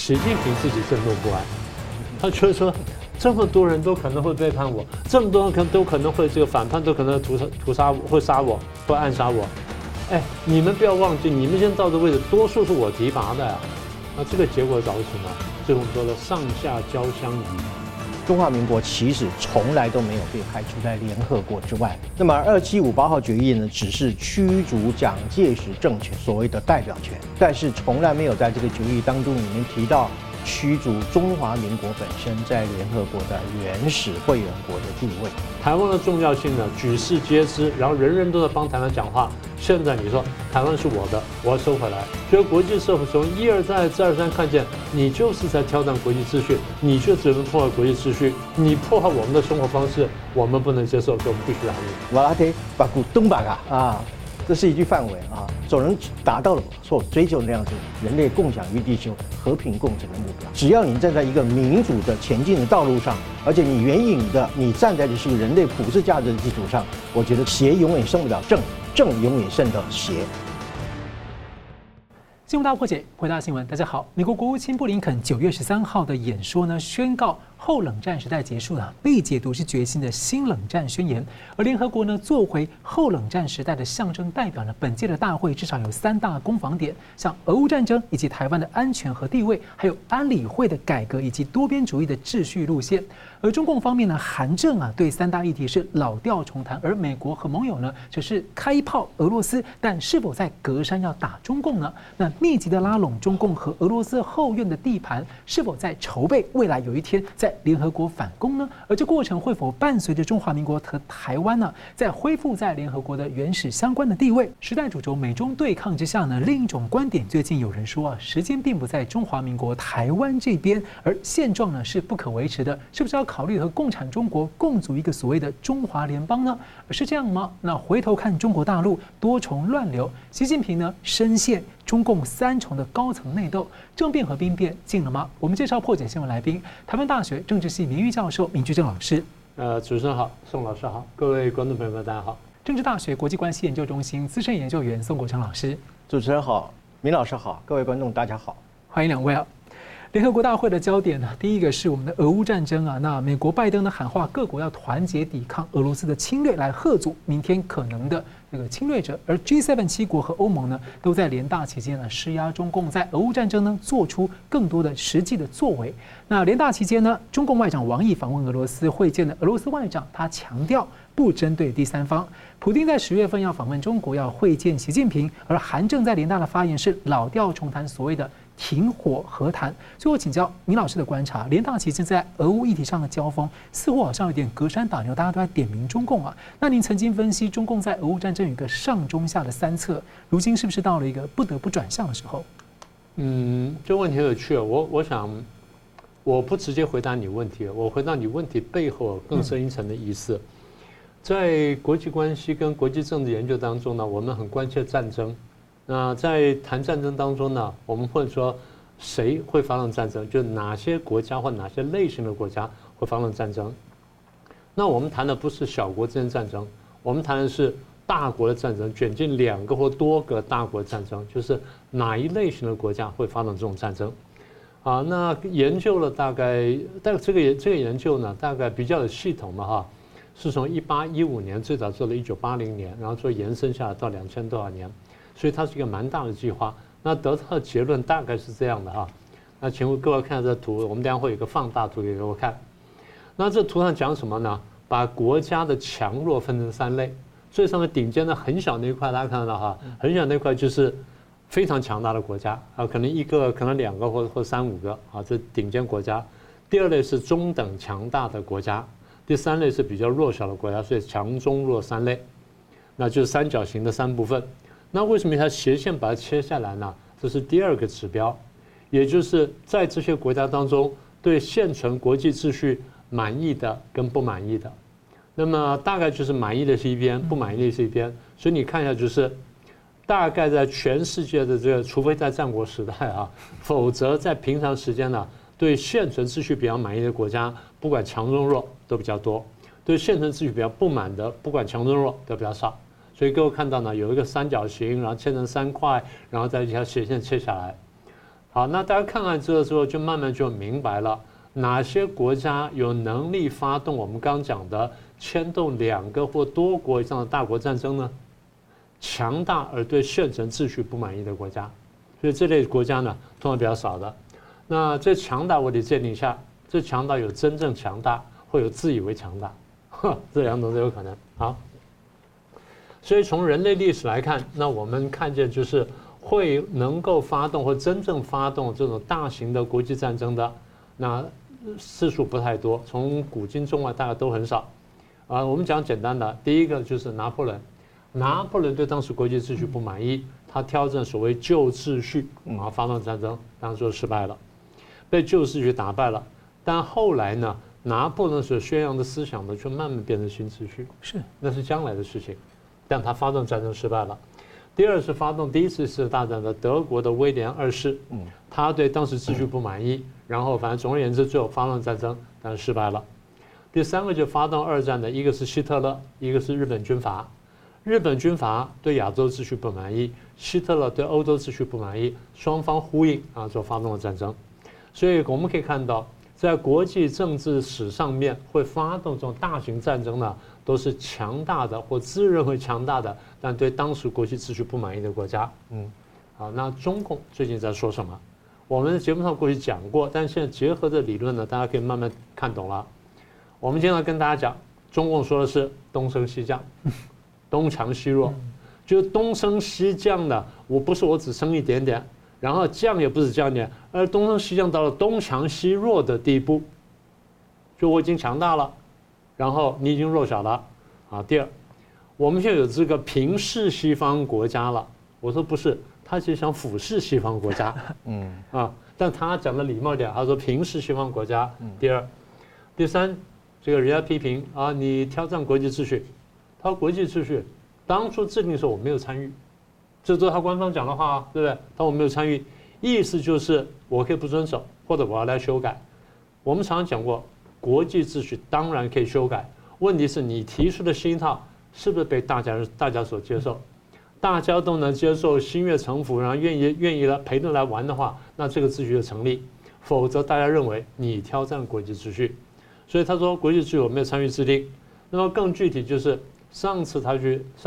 习近平自己震动不安，他觉得说这么多人都可能会背叛我，这么多人都可能会这个反叛，都可能屠杀我，会杀我，会暗杀我。哎，你们不要忘记，你们现在到这位置，多数是我提拔的呀。那这个结果导致什么？最后我们说的上下交相宜。 中华民国其实从来都没有被排除在联合国之外。那么2758号决议呢，只是驱逐蒋介石政权所谓的代表权，但是从来没有在这个决议当中里面提到驱逐中华民国本身在联合国的原始会员国的地位。 台湾的重要性呢，举世皆知，然后人人都在帮台湾讲话。现在你说台湾是我的，我要收回来，所以国际社会从一而再再而三看见你就是在挑战国际秩序，你就只能破坏国际秩序，你破坏我们的生活方式，我们不能接受，所以我们必须打你。 瓦拉提巴古东巴嘎啊，这是一句范文啊，总能达到了所追求的那样子人类共享于地球、和平共存的目标。只要你站在一个民主的前进的道路上，而且你援引的你站在的是人类普世价值的基础上，我觉得邪永远胜不了正，正永远胜得邪。 新闻大破解，回答新闻，大家好。美国国务卿布林肯9月13号的演说呢，宣告后冷战时代结束了，被解读是决心的新冷战宣言。而联合国呢，作为后冷战时代的象征代表呢，本届的大会至少有3大攻防点，像俄乌战争以及台湾的安全和地位，还有安理会的改革以及多边主义的秩序路线。而中共方面呢，韩正啊对3大议题是老调重弹，而美国和盟友呢只是开炮俄罗斯，但是否在隔山要打中共呢？那密集的拉拢中共和俄罗斯后院的地盘，是否在筹备未来有一天在联合国反攻呢？而这过程会否伴随着中华民国和台湾呢，在恢复在联合国的原始相关的地位？时代主轴美中对抗之下呢，另一种观点，最近有人说啊，时间并不在中华民国台湾这边，而现状呢是不可维持的，是不是要考虑和共产中国共组一个所谓的中华联邦呢？是这样吗？那回头看中国大陆多重乱流，习近平呢深陷中共3重的高层内斗，政变和兵变近了吗？我们介绍破解新闻来宾，台湾大学政治系名誉教授闵居正老师。 主持人好，宋老师好，各位观众朋友们大家好。 政治大学国际关系研究中心资深研究员宋国成老师。 主持人好，闵老师好，各位观众大家好， 欢迎两位啊。联合国大会的焦点呢，第一个是我们的俄乌战争啊。那美国拜登呢喊话各国要团结抵抗俄罗斯的侵略，来吓阻明天可能的这个侵略者。而 G7 7国和欧盟呢，都在联大期间呢施压中共在俄乌战争呢做出更多的实际的作为。那联大期间呢，中共外长王毅访问俄罗斯，会见了俄罗斯外长，他强调不针对第三方。普丁在10月份要访问中国，要会见习近平，而韩正在联大的发言是老调重弹所谓的停火和谈。所以我请教闵老师的观察，联大期间在俄乌议题上的交锋，似乎好像有点隔山打牛，大家都在点名中共啊。那您曾经分析中共在俄乌战争有一个上中下的3策，如今是不是到了一个不得不转向的时候？ 这问题很有趣哦。我想，我不直接回答你问题，我回答你问题背后更深一层的意思。在国际关系跟国际政治研究当中呢，我们很关切战争。那在谈战争当中呢，我们会说谁会发动战争，就哪些国家或哪些类型的国家会发动战争。那我们谈的不是小国之间战争，我们谈的是大国的战争，卷进2个或多个大国战争，就是哪一类型的国家会发动这种战争。那研究了大概，但这个研究呢，大概比较有系统的哈，是从1815年最早做了1980年，然后做延伸下来到2000多少年。所以它是一个蛮大的计划。那得到的结论大概是这样的哈。那请各位看这图，我们等一下会有一个放大图给各位看。那这图上讲什么呢？把国家的强弱分成3类。最上面顶尖的很小那一块，大家看到哈，很小那块就是非常强大的国家啊，可能1个，可能2个或3、5个啊，这顶尖国家。第2类是中等强大的国家，第3类是比较弱小的国家，所以强中弱3类，那就是三角形的3部分。那为什么它斜线把它切下来呢？这是第2个指标，也就是在这些国家当中，对现存国际秩序满意的跟不满意的。那么大概就是满意的是一边，不满意的是一边。所以你看一下，就是大概在全世界的这个，除非在战国时代啊，否则在平常时间呢，对现存秩序比较满意的国家，不管强中弱都比较多；对现存秩序比较不满的，不管强中弱都比较少。所以各位看到呢，有一个三角形，然后切成3块，然后再一条斜线切下来。 好，那大家看看这个之后，就慢慢就明白了哪些国家有能力发动我们刚讲的牵动2个或多国以上的大国战争呢？强大而对现成秩序不满意的国家，所以这类国家呢，通常比较少的。那这强大我得界定一下，这强大有真正强大，或有自以为强大，这2种都有可能。好，所以从人类历史来看，那我们看见就是会能够发动或真正发动这种大型的国际战争的，那次数不太多，从古今中外大概都很少。我们讲简单的，第一个就是拿破仑。拿破仑对当时国际秩序不满意，他挑战所谓旧秩序，发动战争，当时就失败了，被旧秩序打败了。但后来呢，拿破仑所宣扬的思想呢，却慢慢变成新秩序，那是将来的事情。但他发动战争失败了。第二是发动第1次世界大战的德国的威廉2世，他对当时秩序不满意，然后反正总而言之，最后发动战争，但是失败了。第3个就发动2战的，一个是希特勒，一个是日本军阀。日本军阀对亚洲秩序不满意，希特勒对欧洲秩序不满意，双方呼应就发动了战争。所以我们可以看到，在国际政治史上面会发动这种大型战争呢，都是强大的或自认为强大的，但对当时国际秩序不满意的国家。好，那中共最近在说什么？我们的节目上过去讲过，但现在结合的理论呢，大家可以慢慢看懂了。我们经常跟大家讲，中共说的是东升西降。东强西弱，就是东升西降的。我不是我只升一点点，然后降也不是降点，而东升西降到了东强西弱的地步，就我已经强大了，然后你已经弱小了。第二，我们现在有这个平视西方国家了。我说不是，他其实想俯视西方国家。但他讲的礼貌点，他说平视西方国家。第二，第三，这个人家批评你挑战国际秩序。他说国际秩序当初制定的时候我没有参与，这都是他官方讲的话，对不对？他我没有参与，意思就是我可以不遵守，或者我要来修改。我们常常讲过，国际秩序当然可以修改，问题是你提出的新一套是不是被大家所接受？大家都能接受，心悦诚服，然后愿意来陪着来玩的话，那这个秩序就成立；否则大家认为你挑战国际秩序。所以他说国际秩序我没有参与制定。那么更具体就是上次他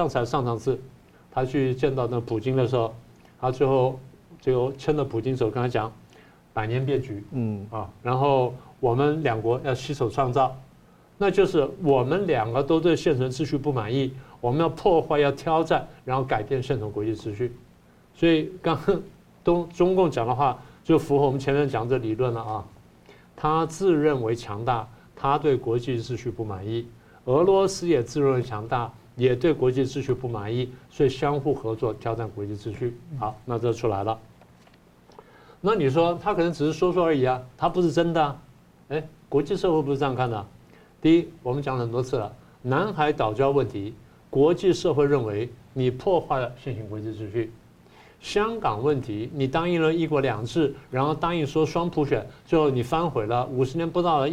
去见到那普京的时候，他最后就牵着普京手跟他讲百年变局，然后我们2国要携手创造，那就是我们2个都对现存秩序不满意，我们要破坏要挑战，然后改变现存国际秩序。所以刚刚中共讲的话就符合我们前面讲这理论了他自认为强大，他对国际秩序不满意。俄罗斯也自认为强大，也对国际秩序不满意，所以相互合作挑战国际秩序。好，那这出来了。那你说他可能只是说说而已他不是真的国际社会不是这样看的。第一，我们讲了很多次了，南海岛礁问题，国际社会认为你破坏了现行国际秩序。香港问题，你答应了1国2制，然后答应说双普选，最后你反悔了，50年不到了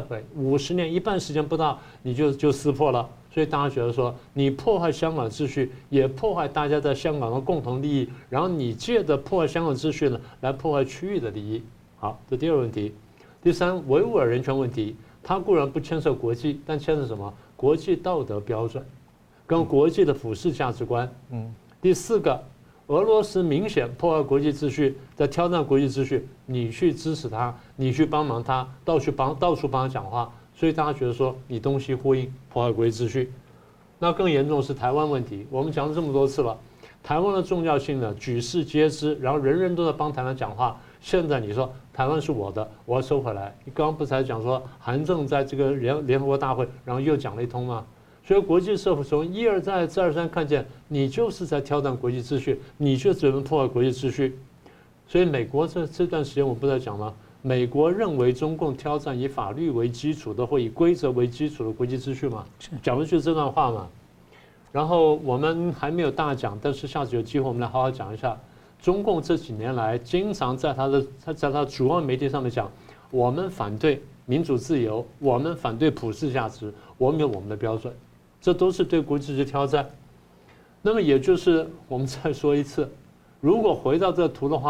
，50年一半时间不到，你就撕破了。所以大家觉得说，你破坏香港秩序，也破坏大家在香港的共同利益，然后你借着破坏香港秩序呢，来破坏区域的利益。好，这第2个问题。第3，维吾尔人权问题，它固然不牵涉国际，但牵涉什么？国际道德标准，跟国际的普世价值观。第4个。俄罗斯明显破坏国际秩序，在挑战国际秩序，你去支持他，你去帮忙他，到处帮他讲话，所以大家觉得说你东西呼应，破坏国际秩序。那更严重的是台湾问题，我们讲了这么多次了，台湾的重要性呢举世皆知，然后人人都在帮台湾讲话。现在你说台湾是我的，我要收回来，你刚刚不是才讲说韩正在这个联合国大会，然后又讲了一通吗？所以国际社会从一而再再而三看见你就是在挑战国际秩序，你就只能破坏国际秩序。所以美国这段时间我不是在讲吗？美国认为中共挑战以法律为基础的或以规则为基础的国际秩序嘛，讲的就是这段话嘛。然后我们还没有大讲，但是下次有机会我们来好好讲一下，中共这几年来经常在他主要媒体上面讲，我们反对民主自由，我们反对普世价值，我们有我们的标准。这都是对国际秩序挑战。那么也就是我们再说一次，如果回到这图的话，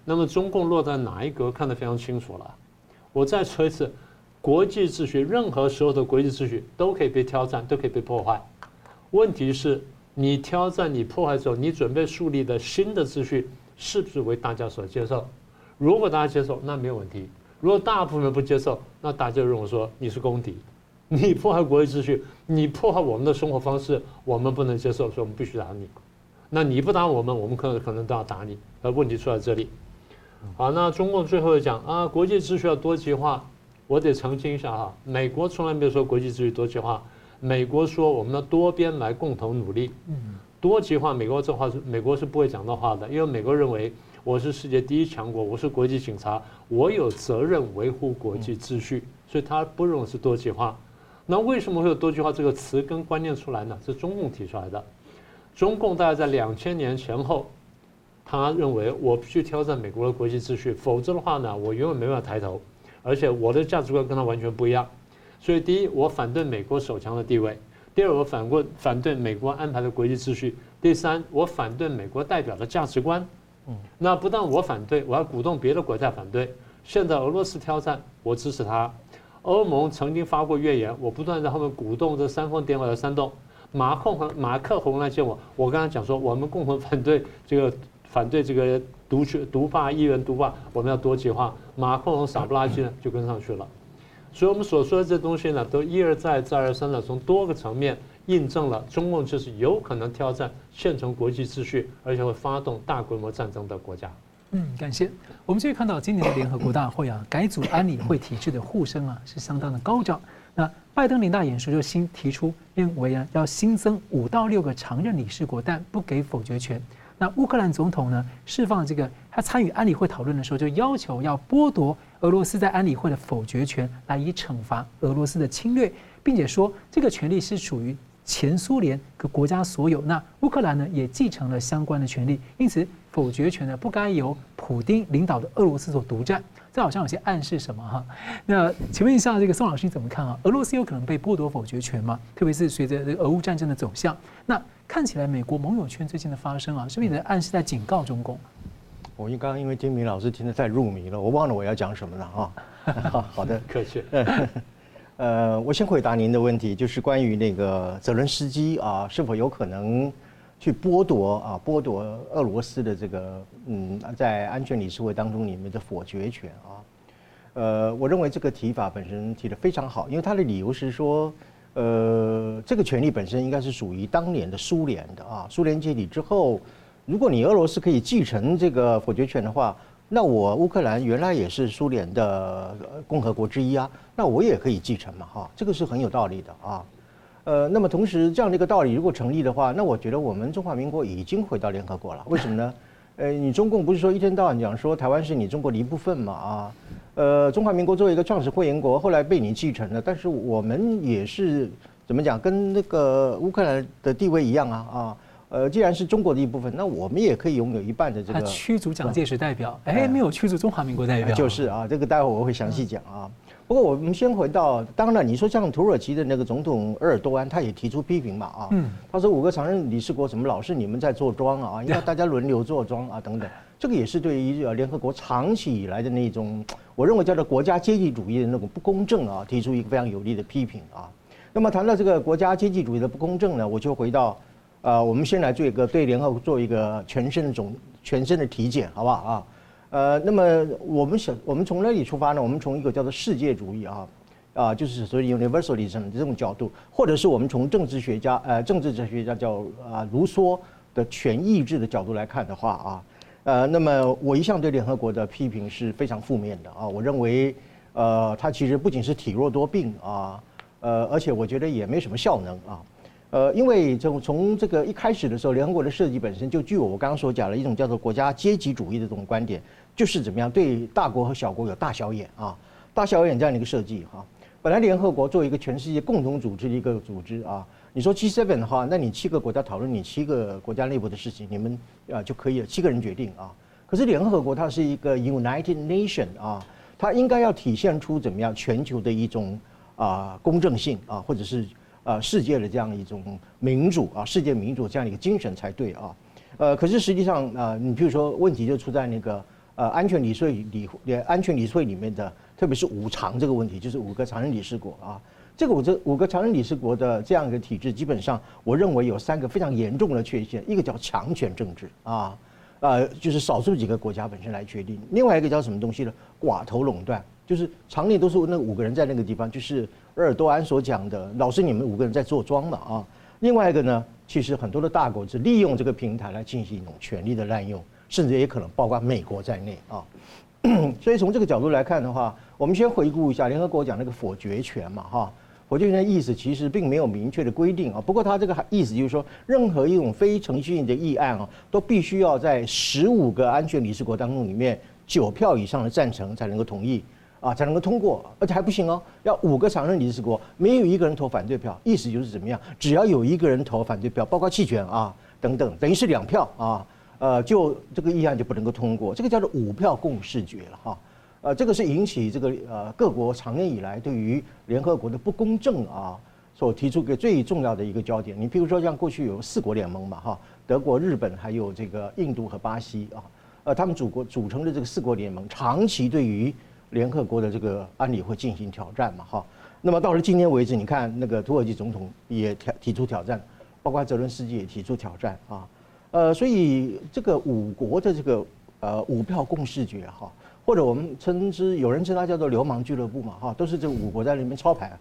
那么中共落在哪一格看得非常清楚了。我再说一次，国际秩序任何时候的国际秩序都可以被挑战，都可以被破坏。问题是你挑战、你破坏之后，你准备树立的新的秩序是不是为大家所接受？如果大家接受，那没有问题；如果大部分人不接受，那大家认为说你是公敌，你破坏国际秩序，你破坏我们的生活方式，我们不能接受，所以我们必须打你。那你不打我们，我们可能都要打你。问题出在这里。好，那中共最后讲啊，国际秩序要多极化，我得澄清一下哈，美国从来没有说国际秩序多极化，美国说我们的多边来共同努力。多极化，美国这话是美国是不会讲到话的，因为美国认为我是世界第一强国，我是国际警察，我有责任维护国际秩序，所以他不认为是多极化。那为什么会有多极化这个词跟观念出来呢？是中共提出来的。中共大概在2000年前后，他认为我必须挑战美国的国际秩序，否则的话呢，我永远没办法抬头，而且我的价值观跟他完全不一样。所以第一，我反对美国守强的地位；第二，我反对美国安排的国际秩序；第三，我反对美国代表的价值观。那不但我反对，我还鼓动别的国家反对。现在俄罗斯挑战，我支持他。欧盟曾经发过怨言，我不断在后面鼓动这煽风点火的煽动。马克宏来见我，我跟他讲说，我们共同反对这个独霸一元独霸，我们要多极化。马克宏傻不拉几呢就跟上去了。所以我们所说的这东西呢，都一而再再而三的从多个层面印证了中共就是有可能挑战现存国际秩序，而且会发动大规模战争的国家。 感谢。我们继续看到今年的联合国大会啊，改组安理会体制的呼声啊是相当的高涨。那拜登领大演说就新提出，认为啊要新增5到6个常任理事国，但不给否决权。那乌克兰总统呢释放这个他参与安理会讨论的时候，就要求要剥夺俄罗斯在安理会的否决权，来以惩罚俄罗斯的侵略，并且说这个权利是属于前苏联各国家所有。那乌克兰呢也继承了相关的权利，因此否决权呢不该由普丁领导的俄罗斯所独占。这好像有些暗示什么哈？那请问一下，这个宋老师你怎么看啊？俄罗斯有可能被剥夺否决权吗？特别是随着这个俄乌战争的走向，那看起来美国盟友圈最近的发生啊，是不是也在暗示在警告中共？ 我刚刚因为金明老师听得太入迷了，我忘了我要讲什么了啊。好的， 客气。 我先回答您的问题，就是关于那个泽伦斯基啊，是否有可能去剥夺俄罗斯的这个在安全理事会当中里面的否决权啊。我认为这个提法本身提得非常好，因为他的理由是说，这个权利本身应该是属于当年的苏联的啊。苏联解体之后，如果你俄罗斯可以继承这个否决权的话，那我乌克兰原来也是苏联的共和国之一啊，那我也可以继承嘛哈，这个是很有道理的啊。那么同时这样的一个道理如果成立的话，那我觉得我们中华民国已经回到联合国了。为什么呢？你中共不是说一天到晚讲说台湾是你中国的一部分嘛啊？中华民国作为一个创始会员国，后来被你继承了，但是我们也是怎么讲，跟那个乌克兰的地位一样啊。既然是中国的一部分，那我们也可以拥有一半的这个。 他驱逐蒋介石代表，没有驱逐中华民国代表。 就是啊，这个待会我会详细讲啊。不过我们先回到，当然你说像土耳其的那个总统鄂尔多安，他也提出批评嘛啊。他说5个常任理事国怎么老是你们在坐庄啊？应该大家轮流坐庄啊等等。这个也是对于联合国长期以来的那种，我认为叫做国家阶级主义的那种不公正啊，提出一个非常有力的批评啊。那么谈到这个国家阶级主义的不公正呢，我就回到。我们先来做一个对联合国做一个全身的体检，好不好啊？那么我们从哪里出发呢？我们从一个叫做世界主义就是所谓 universalism 这种角度，或者是我们从政治哲学家叫卢梭的权意志的角度来看的话那么我一向对联合国的批评是非常负面的啊。我认为它其实不仅是体弱多病而且我觉得也没什么效能啊。因为从这个一开始的时候，联合国的设计本身就具有我刚刚所讲的一种叫做国家阶级主义的这种观点，就是怎么样对大国和小国有大小眼大小眼这样的一个设计本来联合国作为一个全世界共同组织的一个组织你说 G7 的话，那你7个国家讨论你7个国家内部的事情，你们就可以了，7个人决定可是联合国它是一个 United Nation 它应该要体现出怎么样全球的一种公正性或者是。世界的这样一种民主世界民主这样的一个精神才对可是实际上你比如说问题就出在那个安全理事会里面的，特别是五常这个问题，就是5个常任理事国啊。这个五个常任理事国的这样一个体制，基本上我认为有3个非常严重的缺陷，一个叫强权政治啊，就是少数几个国家本身来决定；另外一个叫什么东西呢？寡头垄断，就是常年都是那5个人在那个地方，就是鄂尔多安所讲的，老是你们5个人在坐庄嘛啊。另外一个呢，其实很多的大国是利用这个平台来进行一种权力的滥用，甚至也可能包括美国在内啊。所以从这个角度来看的话，我们先回顾一下联合国讲那个否决权嘛哈。否决权的意思其实并没有明确的规定啊，不过它这个意思就是说，任何一种非程序性的议案啊，都必须要在15个安全理事国当中里面9票以上的赞成才能够同意啊，才能够通过，而且还不行哦，要5个常任理事国没有一个人投反对票，意思就是怎么样，只要有一个人投反对票，包括弃权啊等等，等于是2票啊，就这个议案就不能够通过，这个叫做5票共视决了哈。这个是引起这个各国长年以来对于联合国的不公正啊，所提出个最重要的一个焦点。你譬如说像过去有4国联盟嘛哈，德国、日本还有这个印度和巴西啊，他们组成的这个4国联盟，长期对于联合国的这个安理会进行挑战嘛哈。那么到了今天为止，你看那个土耳其总统也提出挑战，包括泽伦斯基也提出挑战啊，所以这个5国的这个5票共视决哈。或者我们有人称它叫做流氓俱乐部嘛，哈，都是这5国在里面操盘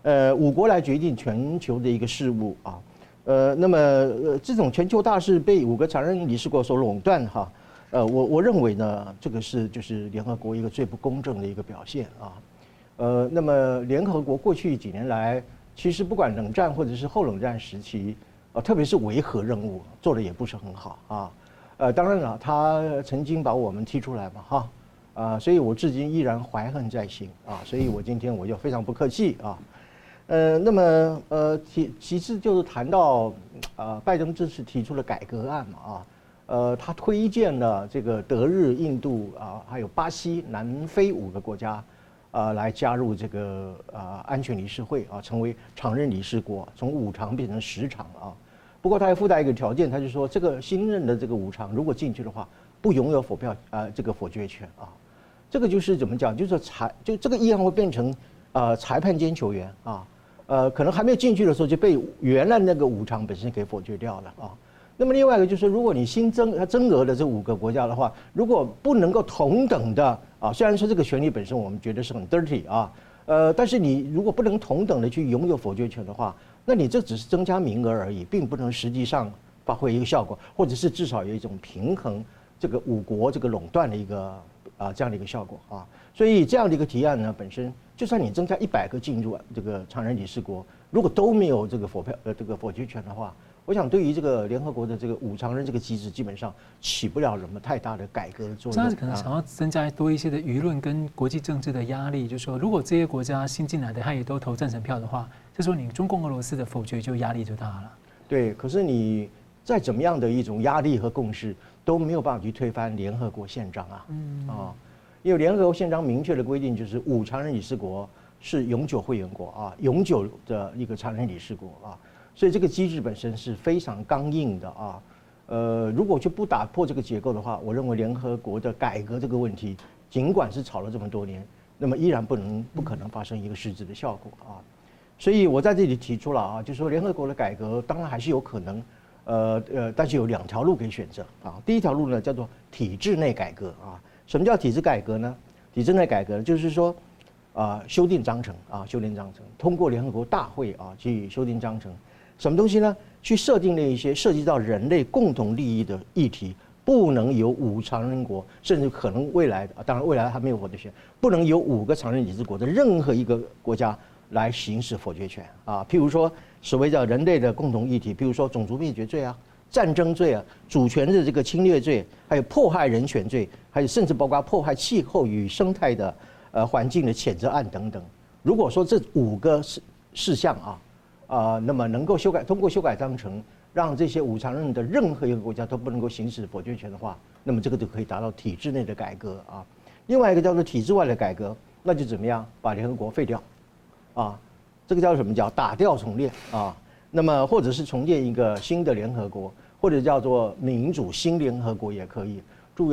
，5国来决定全球的一个事务啊，那么这种全球大事被5个常任理事国所垄断哈，我认为呢，这个就是联合国一个最不公正的一个表现啊，那么联合国过去几年来，其实不管冷战或者是后冷战时期，特别是维和任务做的也不是很好啊，当然了，他曾经把我们踢出来嘛，哈。所以我至今依然怀恨在心啊，所以我今天我就非常不客气啊，那么其次就是谈到拜登这次提出了改革案嘛他推荐了这个德日印度还有巴西、南非5个国家来加入这个安全理事会成为常任理事国，从5常变成10常啊。不过他还附带一个条件，他就说这个新任的这个5常如果进去的话，不拥有这个否决权啊。这个就是怎么讲？就是就这个议案会变成裁判兼球员可能还没有进去的时候就被原来那个5常本身给否决掉了啊。那么另外一个就是，如果你增额的这5个国家的话，如果不能够同等的虽然说这个权利本身我们觉得是很 dirty 但是你如果不能同等的去拥有否决权的话，那你这只是增加名额而已，并不能实际上发挥一个效果，或者是至少有一种平衡这个5国这个垄断的一个这样的一个效果所以这样的一个提案呢，本身就算你增加100个进入这个常任理事国，如果都没有这个否决权的话，我想对于这个联合国的这个5常任这个机制，基本上起不了什么太大的改革的作用。 这样可能想要增加多一些的舆论跟国际政治的压力，就是说，如果这些国家新进来的他也都投赞成票的话，这时候你中共、俄罗斯的否决就压力就大了。对， 可是你再怎么样的一种压力和共识，都没有办法去推翻联合国宪章因为联合国宪章明确的规定就是5常任理事国是永久会员国永久的一个常任理事国所以这个机制本身是非常刚硬的如果就不打破这个结构的话，我认为联合国的改革这个问题，尽管是吵了这么多年，那么依然不可能发生一个实质的效果所以我在这里提出了就是说联合国的改革当然还是有可能。但是有2条路可以选择第一条路呢叫做体制内改革什么叫体制改革呢？体制内改革就是说修订章程通过联合国大会去修订章程，什么东西呢？去设定了一些涉及到人类共同利益的议题，不能由5常任国，甚至可能未来当然未来还没有否决权，不能由5个常任理事国的任何一个国家来行使否决权譬如说所谓的人类的共同议题，譬如说种族灭绝罪战争罪主权的这个侵略罪，还有迫害人权罪，还有甚至包括迫害气候与生态的环境的谴责案等等。如果说这5个事项那么能够通过修改章程，让这些5常任的任何一个国家都不能够行使否决权的话，那么这个就可以达到体制内的改革另外一个叫做体制外的改革，那就怎么样把联合国废掉这个叫什么？叫打掉重练那么或者是重建一个新的联合国，或者叫做民主新联合国也可以。注意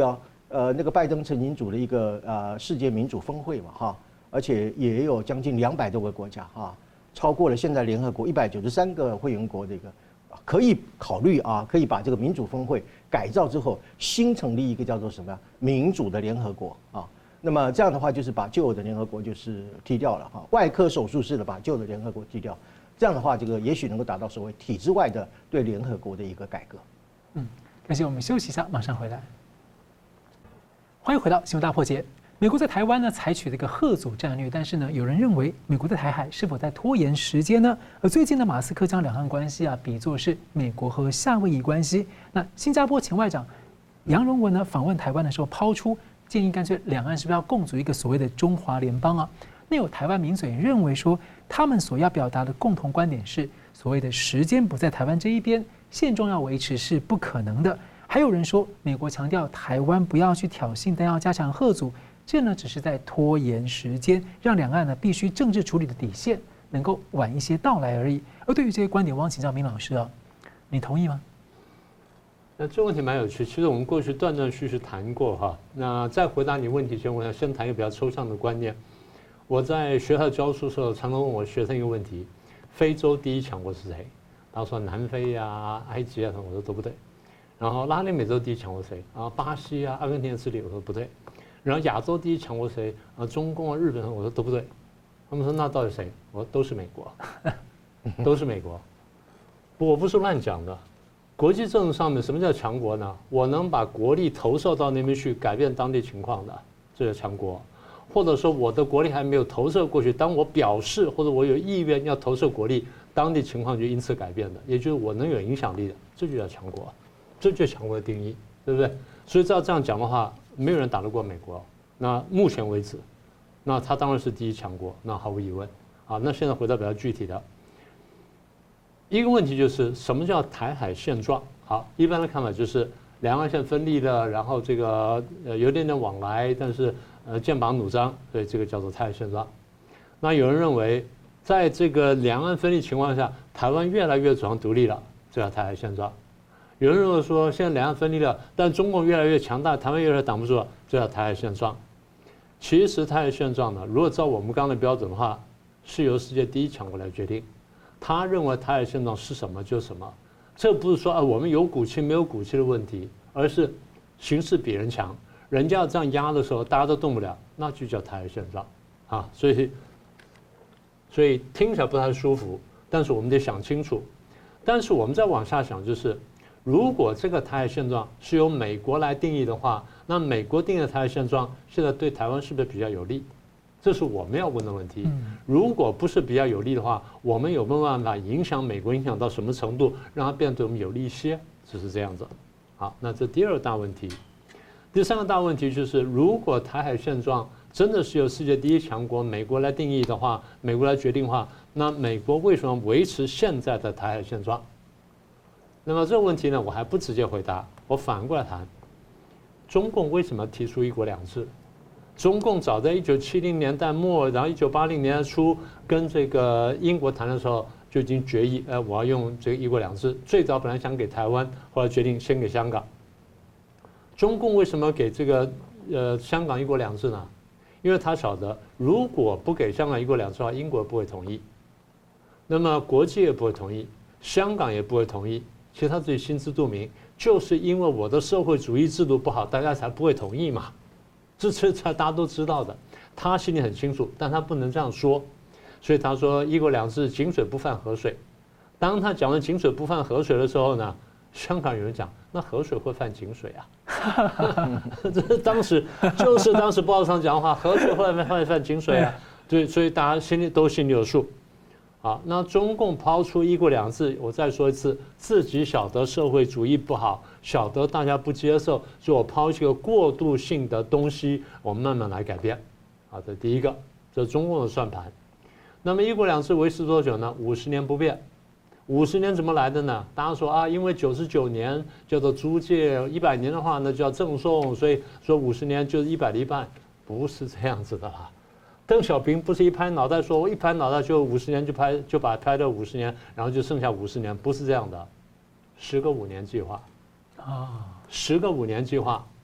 那个拜登曾经组了一个世界民主峰会嘛哈，而且也有将近200多个国家哈，超过了现在联合国193个会员国的一个，可以考虑啊，可以把这个民主峰会改造之后，新成立一个叫做什么呀民主的联合国啊。那么这样的话，就是把旧的联合国就是踢掉了哈，外科手术式的把旧的联合国踢掉。这样的话，这个也许能够达到所谓体制外的对联合国的一个改革。 感谢，我们休息一下，马上回来。欢迎回到新闻大破解。美国在台湾呢采取了一个嚇阻战略，但是呢，有人认为美国在台海是否在拖延时间呢？而最近呢，马斯克将两岸关系比作是美国和夏威夷关系。那新加坡前外长杨荣文呢访问台湾的时候抛出建议，干脆两岸是不是要共组一个所谓的中华联邦啊？那有台湾名嘴认为说，他们所要表达的共同观点是所谓的时间不在台湾这一边，现状要维持是不可能的。还有人说，美国强调台湾不要去挑衅，但要加强嚇阻，这呢只是在拖延时间，让两岸呢必须政治处理的底线能够晚一些到来而已。而对于这些观点，我想请教明老师啊，你同意吗？ 那这个问题蛮有趣，其实我们过去断断续续谈过哈。那在回答你问题前，我想先谈一个比较抽象的观念。我在学校教书的时候，常常问我学生一个问题：非洲第一强国是谁？他说南非啊、埃及啊，我说都不对。然后拉丁美洲第一强国谁？啊，巴西啊、阿根廷、智利，我说不对。然后亚洲第一强国谁？啊，中共啊、日本，我说都不对。他们说那到底谁？我说都是美国，都是美国。我不是乱讲的。国际政治上面什么叫强国呢？我能把国力投射到那边去，改变当地情况的，这叫强国。或者说我的国力还没有投射过去，当我表示或者我有意愿要投射国力，当地情况就因此改变的，也就是我能有影响力的，这就叫强国，这就是强国的定义，对不对？所以照这样讲的话，没有人打得过美国。那目前为止，那他当然是第一强国，那毫无疑问。好，那现在回到比较具体的一个问题，就是什么叫台海现状？好，一般的看法就是两岸现分立了，然后这个有点点往来，但是剑拔弩张，所以这个叫做台海现状。那有人认为，在这个两岸分立情况下，台湾越来越走向独立了，这叫台海现状。有人认为说，现在两岸分立了，但中共越来越强大，台湾越来越挡不住了，这叫台海现状。其实台海现状呢，如果照我们刚刚的标准的话，是由世界第一强国来决定。他认为台海现状是什么就是什么，这不是说我们有骨气没有骨气的问题，而是形势比人强，人家要这样压的时候，大家都动不了，那就叫台海现状啊。所以听起来不太舒服，但是我们得想清楚。但是我们再往下想，就是如果这个台海现状是由美国来定义的话，那美国定义的台海现状，现在对台湾是不是比较有利？这是我们要问的问题。如果不是比较有利的话，我们有没有办法影响美国，影响到什么程度，让它变得对我们有利一些？只是这样子。好，那这第二个大问题。第三个大问题就是，如果台海现状真的是由世界第一强国美国来定义的话，美国来决定的话，那美国为什么维持现在的台海现状？那么这个问题呢，我还不直接回答，我反过来谈，中共为什么提出一国两制？中共早在1970年代末，然后1980年代初跟这个英国谈的时候，就已经决议，我要用这个一国两制。最早本来想给台湾，后来决定先给香港。中共为什么给这个香港一国两制呢？因为他晓得，如果不给香港一国两制的话，英国不会同意，那么国际也不会同意，香港也不会同意。其实他自己心知肚明，就是因为我的社会主义制度不好，大家才不会同意嘛。这大家都知道的，他心里很清楚，但他不能这样说，所以他说一国两制井水不犯河水。当他讲完井水不犯河水的时候呢，香港有人讲，那河水会犯井水啊。这是当时报纸上讲的话，河水会犯井水啊。对，所以大家心里有数。好，那中共抛出一国两制，我再说一次，自己晓得社会主义不好，晓得大家不接受，所以我抛弃个过渡性的东西，我们慢慢来改变。好，这第一个，这是中共的算盘。那么一国两制维持多久呢？50年不变。50年怎么来的呢？大家说啊，因为99年叫做租界，100年的话呢叫赠送，所以说50年就是100的一半，不是这样子的啦。邓小平不是一拍脑袋说，我一拍脑袋就50年就把它拍到50年，然后就剩下50年，不是这样的，10个5年计划啊，10个5年计划。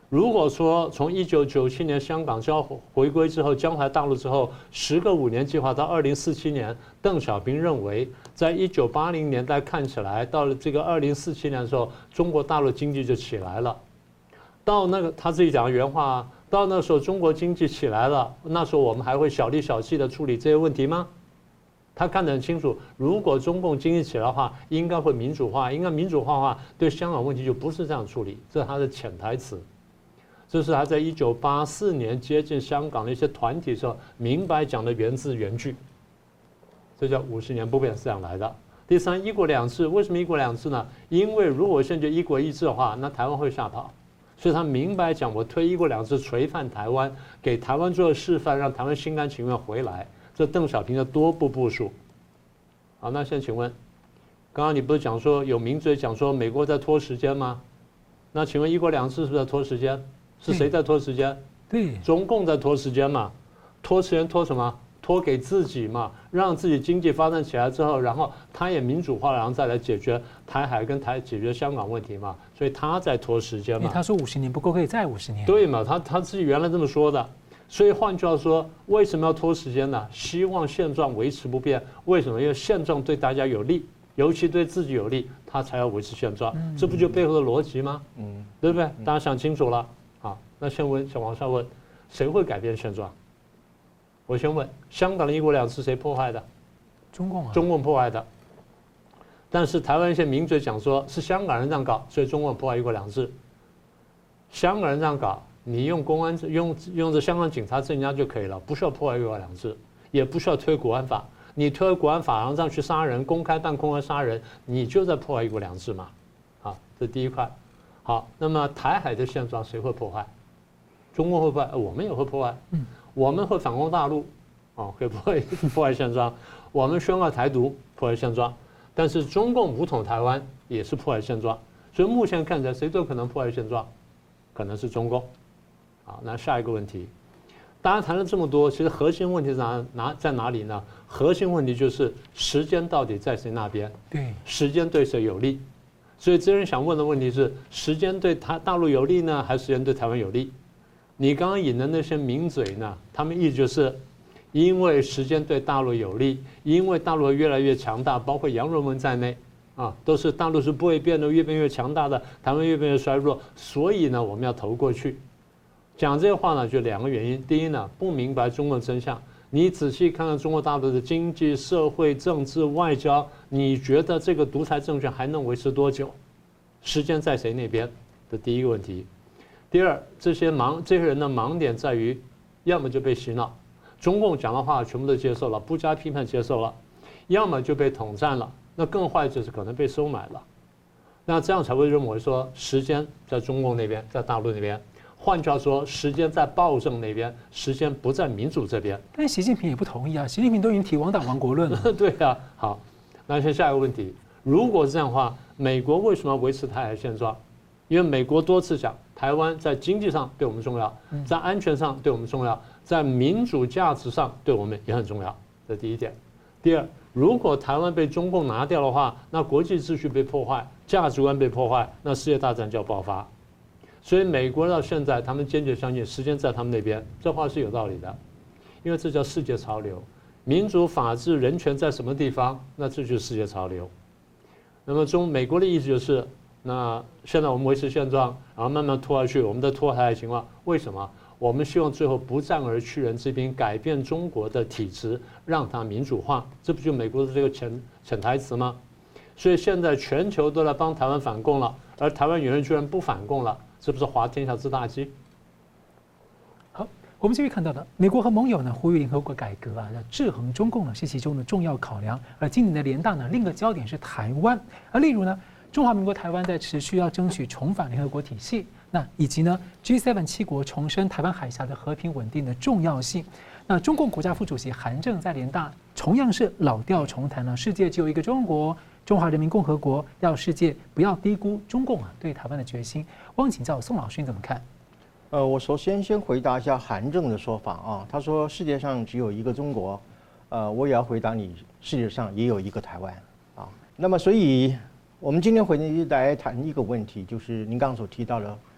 如果说从1997年香港回归之后，江淮大陆之后，10个5年计划到2047年，邓小平认为，在1980年代看起来，到了这个2047年的时候，中国大陆经济就起来了。到那个他自己讲的原话啊，到那时候中国经济起来了，那时候我们还会小力小气的处理这些问题吗？他看得很清楚，如果中共经济起来的话，应该会民主化，应该民主化的话，对香港问题就不是这样处理，这是他的潜台词。这是他在1984年接近香港的一些团体的时候明白讲的原字原句，这叫50年不变是这样来的。第三，一国两制，为什么一国两制呢？因为如果现在一国一制的话，那台湾会吓跑，所以他明白讲，我推一国两制，垂范台湾，给台湾做示范，让台湾心甘情愿回来。这邓小平的多步部署。好，那现在请问，刚刚你不是讲说有名嘴讲说美国在拖时间吗？那请问一国两制是不是在拖时间？是谁在拖时间？ 对， 中共在拖时间嘛？拖时间拖什么？拖给自己嘛，让自己经济发展起来之后，然后他也民主化，然后再来解决台海跟解决香港问题嘛，所以他在拖时间嘛。 他说50年不够，可以再50年。 对嘛，他自己原来这么说的。所以换句话说，为什么要拖时间呢？希望现状维持不变。为什么？因为现状对大家有利，尤其对自己有利，他才要维持现状。这不就背后的逻辑吗？对不对？大家想清楚了。好，那先往下问，谁会改变现状？我先问，香港的一国两制谁破坏的？ 中共啊。 中共破坏的。但是台湾一些名嘴讲说是香港人这样搞，所以中共破坏一国两制。香港人这样搞，你用公安用着香港警察镇压就可以了，不需要破坏一国两制，也不需要推国安法。你推国安法，然后这样去杀人，公开办公开杀人，你就在破坏一国两制嘛。好，这第一块。好，那么台海的现状谁会破坏？中共会破坏，我们也会破坏。我们会反攻大陆，会破坏现状。我们宣告台独，破坏现状。但是中共武统台湾也是破坏现状。所以目前看起来，谁都可能破坏现状，可能是中共。好，那下一个问题，大家谈了这么多，其实核心问题在哪里呢？核心问题就是时间到底在谁那边？ 对， 时间对谁有利？所以这人想问的问题是：时间对大陆有利呢，还是时间对台湾有利？你刚刚引的那些名嘴呢，他们意思就是，因为时间对大陆有利，因为大陆越来越强大，包括杨荣文在内，都是大陆是不会变得越变越强大的，台湾越变越衰弱，所以呢，我们要投过去。讲这些话呢，就两个原因：第一呢，不明白中国真相。你仔细看看中国大陆的经济、社会、政治、外交，你觉得这个独裁政权还能维持多久？时间在谁那边？这第一个问题。第二，这些人的盲点在于，要么就被洗脑，中共讲的话全部都接受了，不加批判接受了；要么就被统战了，那更坏就是可能被收买了。那这样才会认为说，时间在中共那边，在大陆那边。换句话说，时间在暴政那边，时间不在民主这边。 但习近平也不同意啊，习近平都已经提亡党亡国论了。 对啊，好，那先下一个问题，如果是这样的话，美国为什么要维持台海现状？因为美国多次讲，台湾在经济上对我们重要，在安全上对我们重要，在民主价值上对我们也很重要。这第一点。第二，如果台湾被中共拿掉的话，那国际秩序被破坏，价值观被破坏，那世界大战就要爆发。所以美国到现在，他们坚决相信时间在他们那边，这话是有道理的，因为这叫世界潮流。民主、法治、人权在什么地方，那这就是世界潮流。那么美国的意思就是，那现在我们维持现状，然后慢慢拖下去，我们的拖台海情况，为什么？我们希望最后不战而屈人之兵，改变中国的体制，让它民主化，这不就美国的这个潜台词吗？所以现在全球都来帮台湾反共了，而台湾有人居然不反共了。是不是滑天下之大稽？ 好，我们继续看到的，美国和盟友呢呼吁联合国改革啊，要制衡中共呢是其中的重要考量。而今年的联大呢，另一个焦点是台湾，而例如呢，中华民国台湾在持续要争取重返联合国体系，那以及呢 G7 7国重申台湾海峡的和平稳定的重要性。那中共国家副主席韩正在联大同样是老调重弹了，世界只有一个中国。中华人民共和国要世界不要低估中共对台湾的决心。汪请教宋老师你怎么看？ 我首先回答一下韩正的说法啊，他说世界上只有一个中国，我也要回答你，世界上也有一个台湾啊。那么所以我们今天来谈一个问题，就是您刚刚所提到的，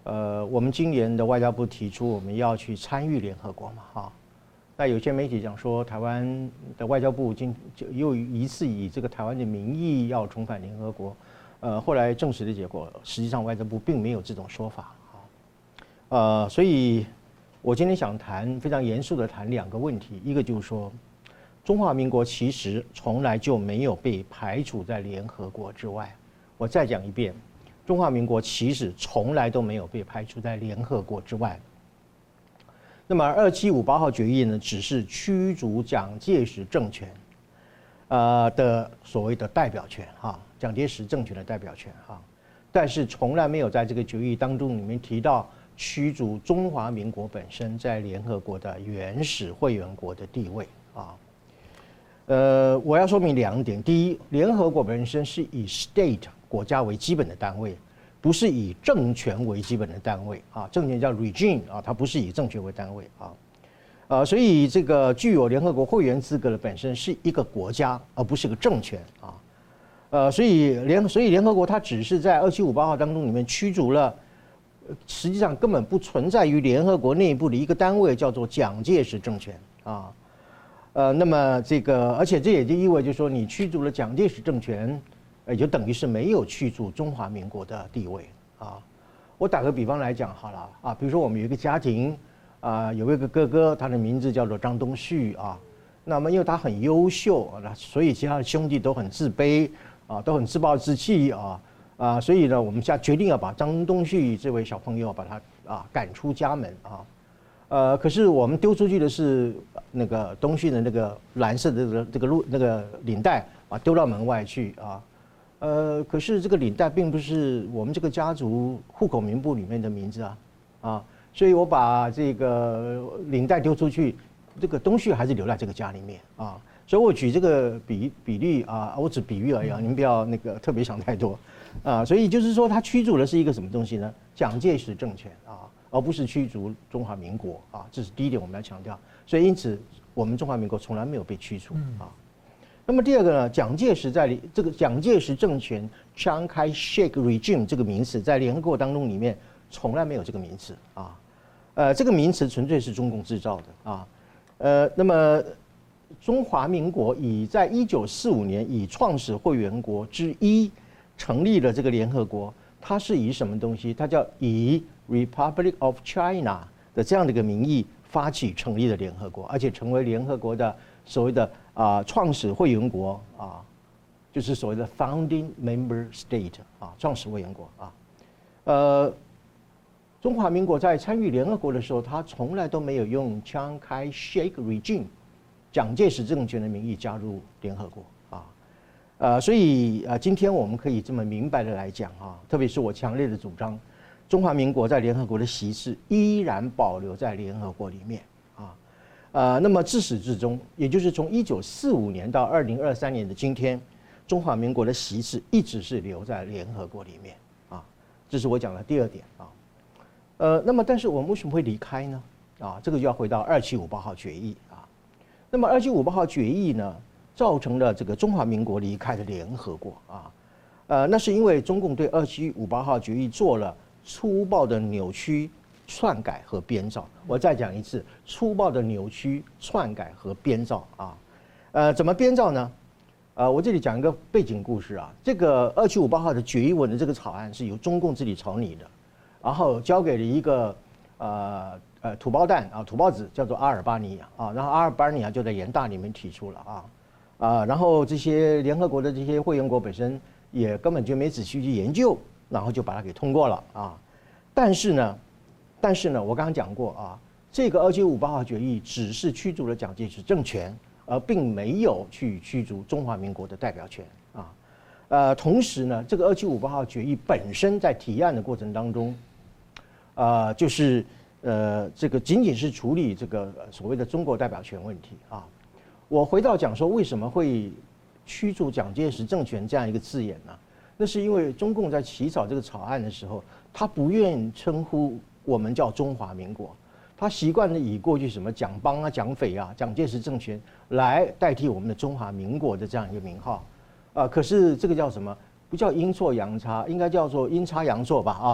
我们今年的外交部提出我们要去参与联合国嘛，哈。那有些媒体讲说，台湾的外交部又疑似以这个台湾的名义要重返联合国，后来证实的结果，实际上外交部并没有这种说法，所以我今天想非常严肃的谈2个问题，一个就是说，中华民国其实从来就没有被排除在联合国之外。我再讲一遍，中华民国其实从来都没有被排除在联合国之外。那么2758号决议呢，只是驱逐蒋介石政权的所谓的代表权哈，蒋介石政权的代表权哈，但是从来没有在这个决议当中里面提到驱逐中华民国本身在联合国的原始会员国的地位啊。我要说明2点：第一，联合国本身是以 state 国家为基本的单位。不是以政权为基本的单位啊，政权叫 regime 啊，它不是以政权为单位啊，所以这个具有联合国会员资格的本身是一个国家，而不是个政权啊，所以联合国它只是在2758号当中里面驱逐了，实际上根本不存在于联合国内部的一个单位叫做蒋介石政权啊，那么这个而且这也就意味着说你驱逐了蒋介石政权。也就等于是没有驱逐中华民国的地位啊。我打个比方来讲好了啊，比如说我们有一个家庭啊，有一个哥哥，他的名字叫做张东旭啊。那么因为他很优秀，所以其他的兄弟都很自卑啊，都很自暴自弃啊，所以呢，我们现在决定要把张东旭这位小朋友把他赶出家门啊。可是我们丢出去的是那个东旭的那个蓝色的那个领带啊，丢到门外去啊。可是这个领带并不是我们这个家族户口名簿里面的名字啊，所以我把这个领带丢出去，这个东旭还是留在这个家里面啊，所以我举这个比例啊，我只比喻而已啊，您不要那个特别想太多啊，所以就是说，他驱逐的是一个什么东西呢？蒋介石政权啊，而不是驱逐中华民国啊，这是第一点我们要强调。所以因此，我们中华民国从来没有被驱逐啊。那么第二个呢，蒋介石政权 Chiang Kai-shek regime 这个名词在联合国当中里面从来没有这个名词啊，这个名词纯粹是中共制造的啊，那么中华民国在1945年以创始会员国之一成立了这个联合国，它是以什么东西？它叫以 Republic of China 的这样的一个名义发起成立的联合国，而且成为联合国的所谓的创始会员国啊，就是所谓的 founding member state 啊，创始会员国啊。中华民国在参与联合国的时候，他从来都没有用 Chiang Kai-shek regime 蒋介石政权的名义加入联合国啊。所以今天我们可以这么明白的来讲啊，特别是我强烈的主张，中华民国在联合国的席次依然保留在联合国里面。那么自始至终，也就是从1945年到2023年的今天，中华民国的席次一直是留在联合国里面啊，这是我讲的第二点啊。那么但是我们为什么会离开呢？啊，这个就要回到2758号决议啊。那么2758号决议呢，造成了这个中华民国离开了联合国啊。那是因为中共对2758号决议做了粗暴的扭曲、篡改和编造。我再讲一次，粗暴的扭曲、篡改和编造啊。怎么编造呢？我这里讲一个背景故事啊。这个2758号的决议文的这个草案是由中共自己草拟的，然后交给了一个土包蛋啊，土包子叫做阿尔巴尼亚啊，然后阿尔巴尼亚就在人大里面提出了然后这些联合国的这些会员国本身也根本就没仔细去研究，然后就把它给通过了啊。但是呢，我刚刚讲过啊，这个2758号决议只是驱逐了蒋介石政权，而并没有去驱逐中华民国的代表权啊。同时呢，这个2758号决议本身在提案的过程当中，就是这个仅仅是处理这个所谓的中国代表权问题啊。我回到讲说为什么会驱逐蒋介石政权这样一个字眼呢？那是因为中共在起草这个草案的时候，他不愿称呼我们叫中华民国，他习惯的以过去什么蒋帮啊、蒋匪啊、蒋介石政权来代替我们的中华民国的这样一个名号可是这个叫什么？不叫阴错阳差，应该叫做阴差阳错吧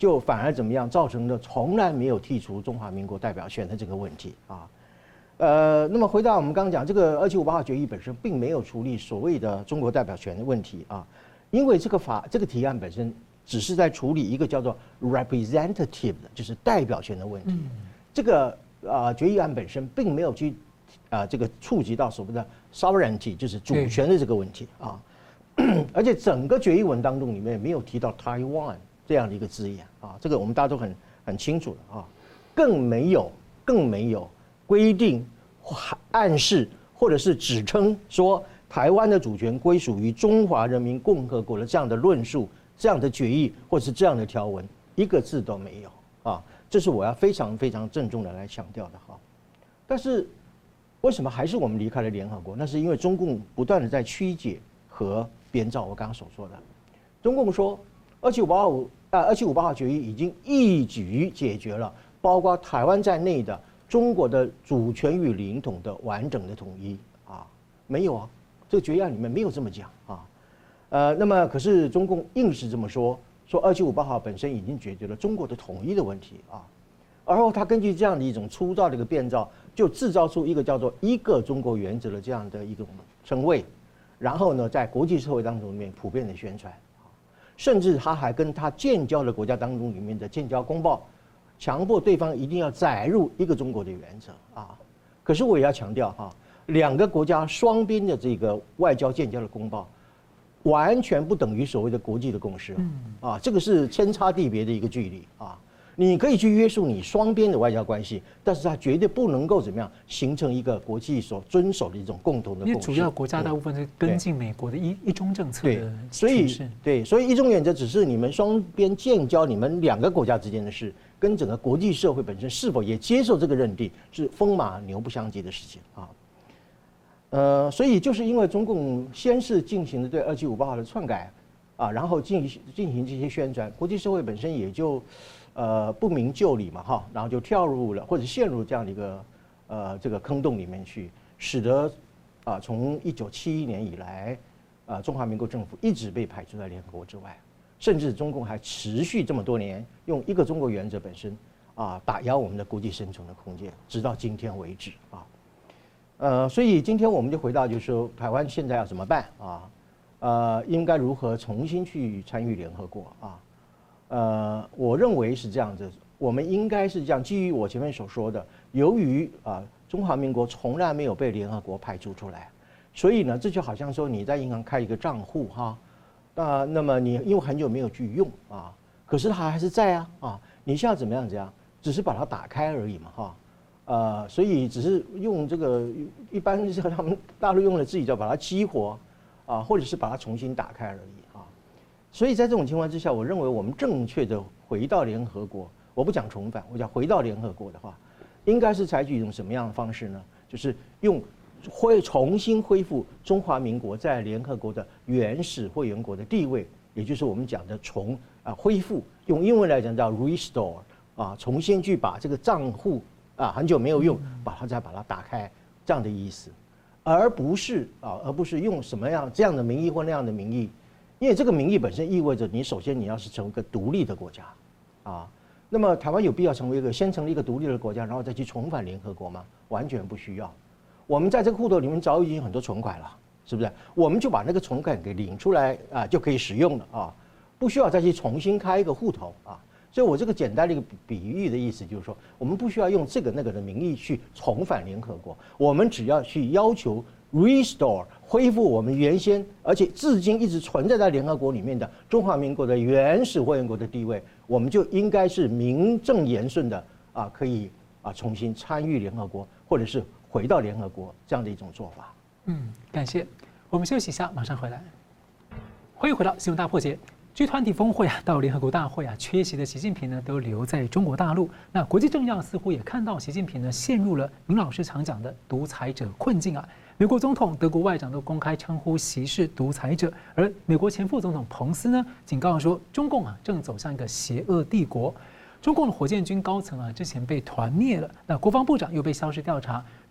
就反而怎么样，造成了从来没有剔除中华民国代表权的这个问题啊。那么回到我们刚刚讲这个2758号决议本身，并没有处理所谓的中国代表权的问题啊，因为这个提案本身只是在处理一个叫做 representative 的，就是代表权的问题。这个决议案本身并没有去这个触及到所谓的 sovereignty， 就是主权的这个问题啊。而且整个决议文当中里面没有提到 Taiwan 这样的一个字眼啊，这个我们大家都很清楚的啊，更没有规定、暗示或者是指称说台湾的主权归属于中华人民共和国的这样的论述、这样的决议或者是这样的条文，一个字都没有啊，这是我要非常非常郑重的来强调的哈。但是为什么还是我们离开了联合国？那是因为中共不断的在曲解和编造我刚刚所说的。中共说2758号决议已经一举解决了包括台湾在内的中国的主权与领土的完整的统一啊，没有啊，这个决议案里面没有这么讲啊。那么可是中共硬是这么说2758号本身已经解决了中国的统一的问题啊，而后他根据这样的一种粗糙的一个变造，就制造出一个叫做一个中国原则的这样的一种称谓，然后呢，在国际社会当中里面普遍的宣传，甚至他还跟他建交的国家当中里面的建交公报，强迫对方一定要载入一个中国的原则啊。可是我也要强调哈，两个国家双边的这个外交建交的公报，完全不等于所谓的国际的共识啊，这个是天差地别的一个距离啊。你可以去约束你双边的外交关系，但是它绝对不能够怎么样形成一个国际所遵守的一种共同的共识。 因为主要国家大部分是跟进美国的一中政策的趋势。 所以一中原则只是你们双边建交，你们两个国家之间的事，跟整个国际社会本身是否也接受这个认定，是风马牛不相及的事情啊。所以就是因为中共先是进行了对2758号的篡改啊，然后进行这些宣传，国际社会本身也就不明就里嘛哈，然后就跳入了或者陷入这样的一个这个坑洞里面去，使得从1971年以来中华民国政府一直被排除在联合国之外，甚至中共还持续这么多年用一个中国原则本身打压我们的国际生存的空间，直到今天为止啊。所以今天我们就回到就是说台湾现在要怎么办啊？应该如何重新去参与联合国啊？我认为是这样子，我们应该是这样，基于我前面所说的，由于中华民国从来没有被联合国排除出来，所以呢，这就好像说你在银行开一个账户哈，那么你因为很久没有去用可是它还是在你现在怎么样，只是把它打开而已嘛哈，所以只是用这个一般是他们大陆用的自己叫把它激活或者是把它重新打开而已。所以在这种情况之下，我认为我们正确的回到联合国，我不讲重返，我讲回到联合国的话，应该是采取一种什么样的方式呢？就是重新恢复中华民国在联合国的原始会员国的地位，也就是我们讲的恢复，用英文来讲叫 restore 重新去把这个账户很久没有用，再把它打开这样的意思，而不是用什么样这样的名义或那样的名义。因为这个名义本身意味着你首先你要是成为一个独立的国家那么台湾有必要先成立一个独立的国家，然后再去重返联合国吗？完全不需要。我们在这个户头里面早已经有很多存款了，是不是？我们就把那个存款给领出来就可以使用了不需要再去重新开一个户头所以我这个简单的一个比喻的意思就是说，我们不需要用这个那个的名义去重返联合国，我们只要去要求 restore 恢复我们原先而且至今一直存在联合国里面的中华民国的原始会员国的地位，我们就应该是名正言顺的可以重新参与联合国，或者是回到联合国这样的一种做法。 感谢。我们休息一下，马上回来。欢迎回到新闻大破解。G20峰会到联合国大会缺席的习近平呢，都留在中国大陆。那国际政要似乎也看到习近平呢陷入了明老师常讲的独裁者困境美国总统、德国外长都公开称呼习是独裁者，而美国前副总统彭斯呢，警告说中共正走向一个邪恶帝国。中共的火箭军高层之前被团灭了，那国防部长又被消失调查，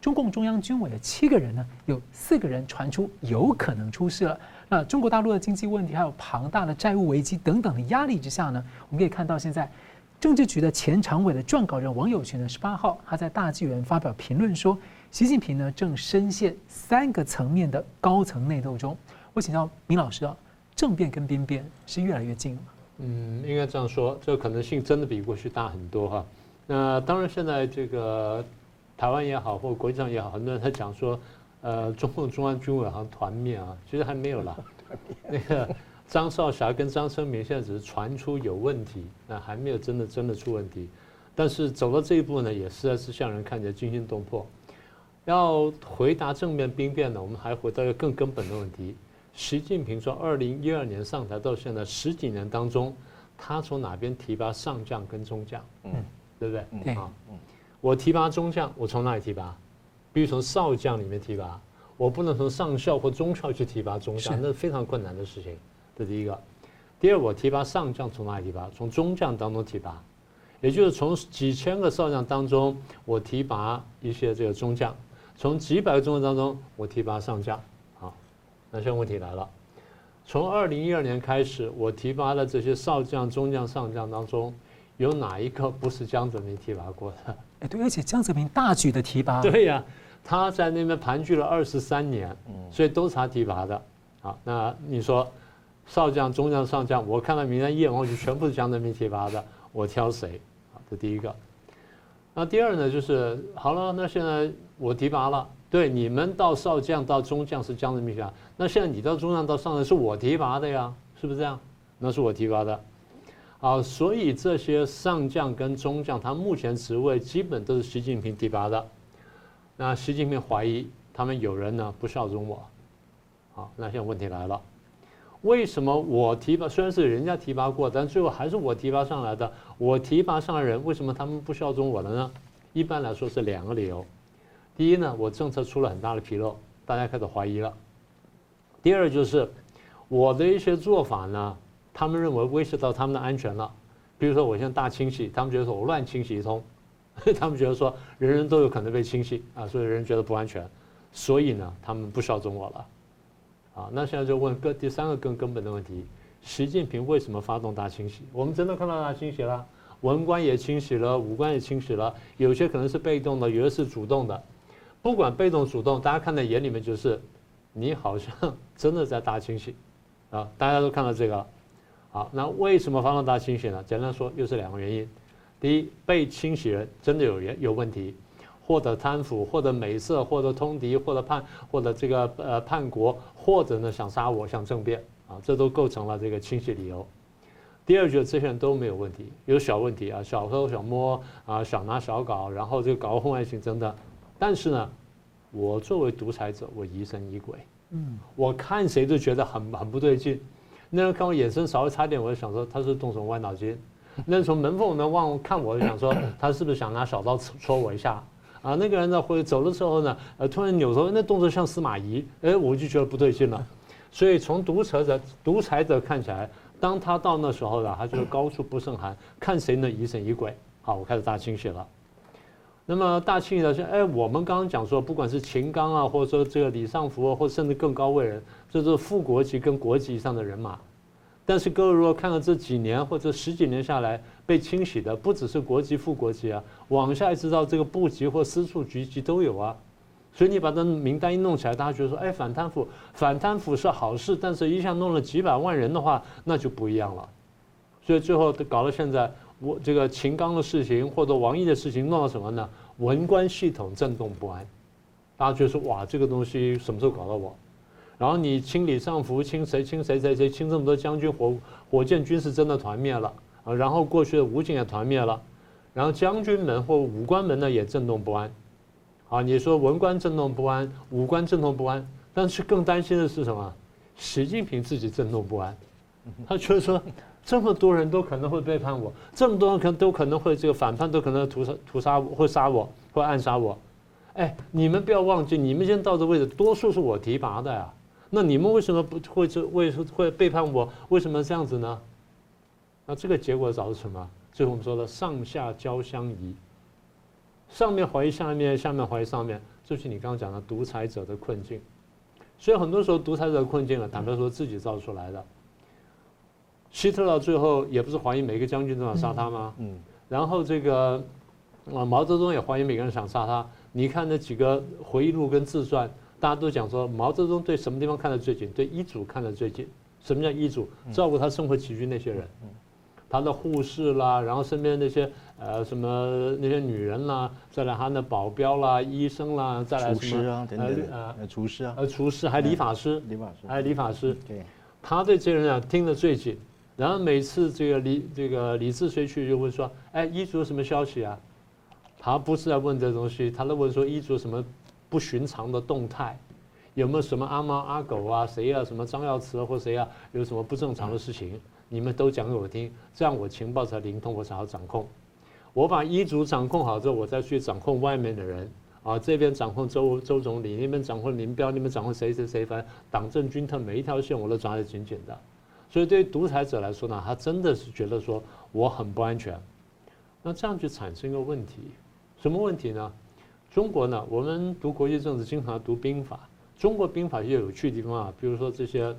中共中央军委的7个人呢，有4个人传出有可能出事了。那中国大陆的经济问题，还有庞大的债务危机等等的压力之下呢，我们可以看到现在政治局的前常委的撰稿人王友群呢，18号他在大纪元发表评论说，习近平呢正深陷3个层面的高层内斗中。我请教明老师啊，政变跟兵变是越来越近了吗？ 应该这样说，这个可能性真的比过去大很多哈。那当然，现在这个台湾也好，或国际上也好，很多人在讲说，中共中央军委好像团灭啊，其实还没有啦。那个张少侠跟张生明现在只是传出有问题，那还没有真的出问题。但是走到这一步呢，也实在是让人看起来惊心动魄。要回答正面兵变呢，我们还回到一个更根本的问题。习近平从2012年上台到现在10几年当中，他从哪边提拔上将跟中将？对不对？ 对啊，我提拔中将，我从哪里提拔？比如从少将里面提拔，我不能从上校或中校去提拔中将，那是非常困难的事情。这是第一个。第二，我提拔上将从哪里提拔？从中将当中提拔，也就是从几千个少将当中，我提拔一些这个中将，从几百个中将当中，我提拔上将。好，那现在问题来了，从2012年开始，我提拔的这些少将、中将、上将当中，有哪一个不是江泽民提拔过的？ 哎，对，而且江泽民大举的提拔， 对呀，他在那边盘踞了23年，所以都是他提拔的。好，那你说少将、中将、上将，我看到名单一眼望去，全部是江泽民提拔的，我挑谁？好，这第一个。那第二呢，就是好了，那现在我提拔了，对，你们到少将到中将是江泽民提拔，那现在你到中将到上将是我提拔的呀，是不是这样？那是我提拔的。好，所以这些上将跟中将，他目前职位基本都是习近平提拔的。那习近平怀疑他们有人呢不效忠我。好，那现在问题来了，为什么我提拔虽然是人家提拔过，但最后还是我提拔上来的？我提拔上来的人，为什么他们不效忠我了呢？一般来说是2个理由。第一呢，我政策出了很大的纰漏，大家开始怀疑了。第二就是我的一些做法呢，他们认为威胁到他们的安全了。比如说我现在大清洗，他们觉得说我乱清洗一通，他们觉得说人人都有可能被清洗啊，所以人觉得不安全，所以呢，他们不效忠我了。啊，那现在就问第3个更根本的问题：习近平为什么发动大清洗？我们真的看到大清洗了，文官也清洗了，武官也清洗了，有些可能是被动的，有的是主动的。不管被动主动，大家看在眼里面就是，你好像真的在大清洗，啊，大家都看到这个了。好，那为什么发动大清洗呢？简单说，又是2个原因。第一，被清洗人真的有问题，或者贪腐，或者美色，或者通敌，或者这个叛国，或者呢想杀我，想政变啊，这都构成了这个清洗理由。第二，就是这些人都没有问题，有小问题啊，小偷小摸啊，小拿小搞，然后这个搞婚外情等等。但是呢，我作为独裁者，我疑神疑鬼，我看谁都觉得很不对劲。那人看我眼神稍微差点，我就想说他是动什么歪脑筋。那人从门缝能望看我，就想说他是不是想拿小刀戳我一下啊？那个人呢，会走的时候呢，突然扭头，那动作像司马懿，我就觉得不对劲了。所以从独裁者看起来，当他到那时候了，他就是高处不胜寒，看谁能疑神疑鬼。好，我开始大清洗了。那么大清洗呢？我们刚刚讲说，不管是秦刚啊，或者说这个李尚福啊，或者甚至更高位人，这都是副国级跟国级以上的人马。但是各位如果看到这几年或者10几年下来被清洗的，不只是国级、副国级啊，往下一直到这个部级或司处局级都有啊。所以你把这名单一弄起来，大家觉得说，反贪腐是好事，但是一下弄了几百万人的话，那就不一样了。所以最后搞到现在，我这个秦刚的事情或者王毅的事情弄到什么呢？文官系统震动不安，大家觉得说，哇，这个东西什么时候搞到我？然后你清李尚福，清谁，清这么多将军，火箭军是真的团灭了啊，然后过去的武警也团灭了，然后将军们或武官们呢也震动不安。啊，你说文官震动不安，武官震动不安，但是更担心的是什么？习近平自己震动不安，他觉得说，这么多人都可能会背叛我，这么多人都可能会这个反叛，都可能屠杀我，会杀我，会暗杀我。你们不要忘记，你们现在到这位置，多数是我提拔的呀。那你们为什么不会背叛我？为什么这样子呢？那这个结果导致什么？就是我们说的上下交相宜。上面怀疑下面，下面怀疑上面， 就是你刚刚讲的独裁者的困境。所以很多时候独裁者的困境啊，坦白说自己造出来的。希特勒最后也不是怀疑每个将军都想杀他吗？然后这个毛泽东也怀疑每个人想杀他。你看那几个回忆录跟自传，大家都讲说毛泽东对什么地方看得最紧？对遗嘱看得最紧。什么叫遗嘱？照顾他生活起居那些人，他的护士啦，然后身边那些什么那些女人啦，再来他的保镖啦、医生啦，再来什么厨师啊， 厨师还理发师，还理发师， 对， 他对这些人啊听得最紧。然后每次这个李志绥去就问说，哎，遗嘱有什么消息啊？他不是在问这东西，他在问说遗嘱有什么不寻常的动态，有没有什么阿猫阿狗啊，谁啊，什么张耀慈啊或谁啊，有什么不正常的事情，你们都讲给我听，这样我情报才灵通，我才好掌控。我把遗嘱掌控好之后，我再去掌控外面的人啊，这边掌控周总理，那边掌控林彪，那边掌控谁，反正党政军特每一条线我都抓得紧紧的。所以对于独裁者来说呢，他真的是觉得说我很不安全，那这样就产生一个问题，什么问题呢？中国呢，我们读国际政治经常读兵法，中国兵法也有趣的地方啊，比如说这些，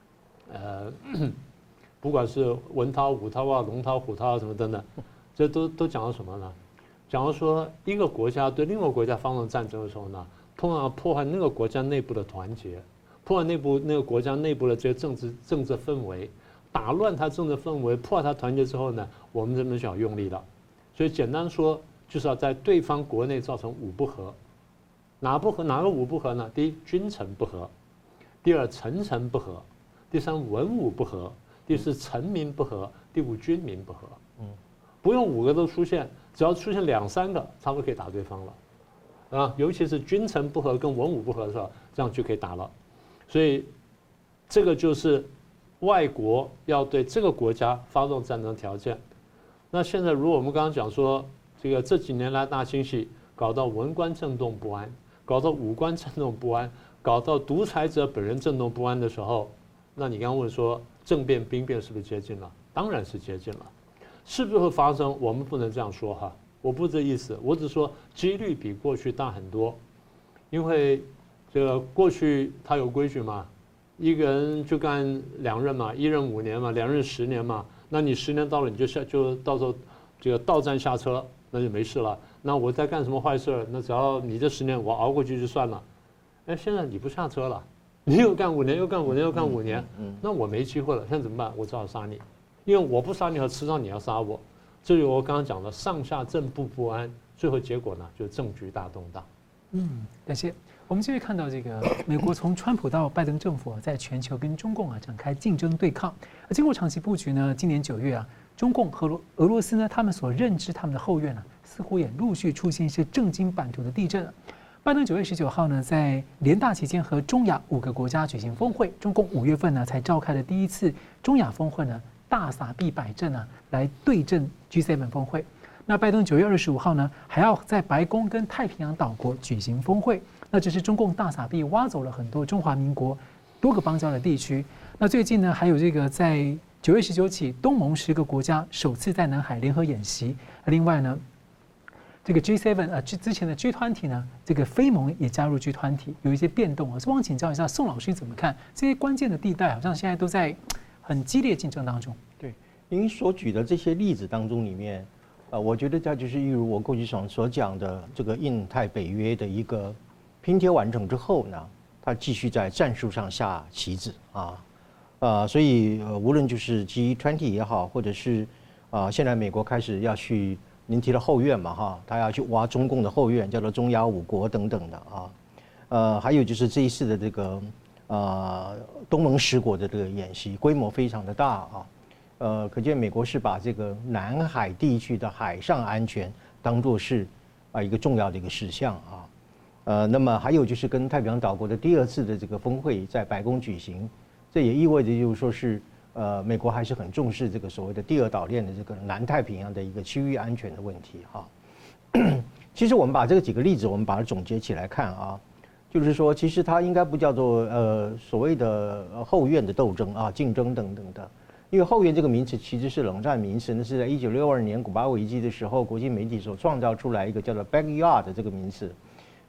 不管是文韬、武韬啊、龙韬、虎韬啊什么等等，这都讲到什么呢？讲到说一个国家对另外一个国家发动战争的时候呢，通常破坏那个国家内部的团结。破坏那个国家内部的这些政治氛围，打乱它政治氛围，破坏它团结之后呢，我们这边就要用力了。所以简单说，就是要在对方国内造成五不和。哪个五不和呢？第一，君臣不和；第二，臣臣不和；第三，文武不和；第四，臣民不和；第五，军民不和。不用5个都出现，只要出现2、3个，差不多可以打对方了，啊，尤其是君臣不和跟文武不和的时候，这样就可以打了。所以，这个就是外国要对这个国家发动战争条件。那现在，如果我们刚刚讲说，这几年来大清洗搞到文官震动不安，搞到武官震动不安，搞到独裁者本人震动不安的时候，那你刚刚问说政变兵变是不是接近了？当然是接近了。是不是会发生？我们不能这样说哈，我不是这意思，我只说几率比过去大很多，因为。这个过去他有规矩嘛，一个人就干2任嘛，1任5年嘛，2任10年嘛。那你10年到了，你就到时候这个到站下车，那就没事了。那我在干什么坏事？那只要你这10年我熬过去就算了。哎，现在你不下车了，你又干5年，又干5年，又干5年，那我没机会了。现在怎么办？我只好杀你，因为我不杀你，迟早你要杀我。这就我刚刚讲的上下政部不安，最后结果呢，就政局大动荡。 感谢。我们继续看到这个美国从川普到拜登政府在全球跟中共展开竞争对抗。而经过长期布局呢，今年9月中共和俄罗斯呢，他们所认知他们的后院似乎也陆续出现一些政经版图的地震了。拜登9月19号呢，在联大期间和中亚5个国家举行峰会，中共5月份呢才召开了第一次中亚峰会呢，大撒币摆阵来对阵 G7 峰会。那拜登9月25号呢，还要在白宫跟太平洋岛国举行峰会。那这是中共大撒币挖走了很多中华民国多个邦交的地区。那最近呢，还有这个在9月19起，东盟10个国家首次在南海联合演习。另外呢，这个 G7 之前的 G20 呢，这个非盟也加入 G20，有一些变动啊。所以我想请教一下宋老师怎么看这些关键的地带，好像现在都在很激烈竞争当中。 对，您所举的这些例子当中里面，我觉得它就是一如我过去所讲的这个印太北约的一个拼贴完成之后呢，它继续在战术上下棋子啊，所以无论就是 G20 也好，或者是现在美国开始要去您提的后院嘛哈，他要去挖中共的后院，叫做中亚5国等等的啊，还有就是这一次的这个东盟10国的这个演习，规模非常的大啊，可见美国是把这个南海地区的海上安全当作是一个重要的一个事项啊，那么还有就是跟太平洋岛国的第2次的这个峰会在白宫举行，这也意味着就是说是美国还是很重视这个所谓的第2岛链的这个南太平洋的一个区域安全的问题哈。其实我们把这几个例子我们把它总结起来看啊，就是说其实它应该不叫做所谓的后院的斗争啊、竞争等等的。因为后院这个名词其实是冷战名词，那是在1962年古巴危机的时候，国际媒体所创造出来一个叫做 backyard 的这个名词。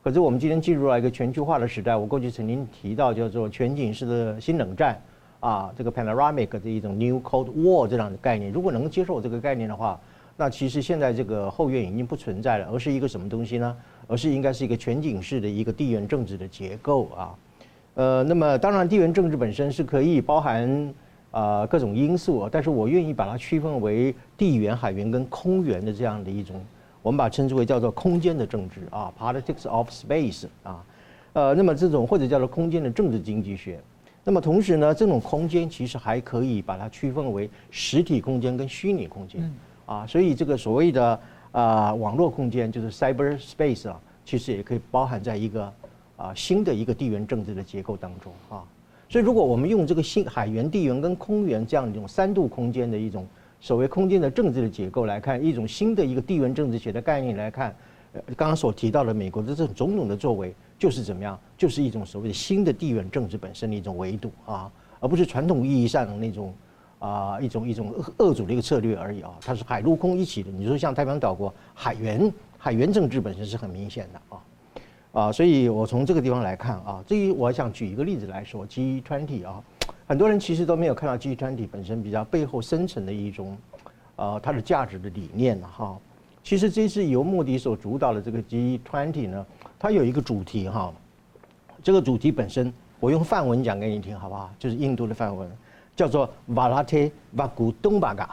可是我们今天进入了一个全球化的时代，我过去曾经提到叫做全景式的新冷战啊，这个 panoramic 的一种 new cold war 这样的概念。如果能接受这个概念的话，那其实现在这个后院已经不存在了，而是一个什么东西呢？而是应该是一个全景式的一个地缘政治的结构啊。那么当然地缘政治本身是可以包含各种因素，但是我愿意把它区分为地缘、海缘跟空缘的这样的一种，我们把它称之为叫做空间的政治啊 ，politics of space 啊。那么这种或者叫做空间的政治经济学。那么同时呢，这种空间其实还可以把它区分为实体空间跟虚拟空间啊。所以这个所谓的网络空间就是 cyberspace 啊，其实也可以包含在一个新的一个地缘政治的结构当中啊。所以如果我们用这个新海缘、地缘跟空缘这样一种3度空间的一种所谓空间的政治的结构来看，一种新的一个地缘政治学的概念来看，刚刚所提到的美国的这种种种的作为，就是怎么样？就是一种所谓的新的地缘政治本身的一种维度啊，而不是传统意义上的那种一种恶主的一个策略而已啊。它是海陆空一起的。你说像太平洋岛国海员政治本身是很明显的所以我从这个地方来看啊，至于我想举一个例子来说 ，G20 啊，很多人其实都没有看到 G20 本身比较背后深层的一种它的价值的理念哈。其实这次由莫迪所主导的这个 G20 呢，它有一个主题哈，这个主题本身我用梵文讲给你听好不好？就是印度的梵文，叫做 Varate Vakutumbhaka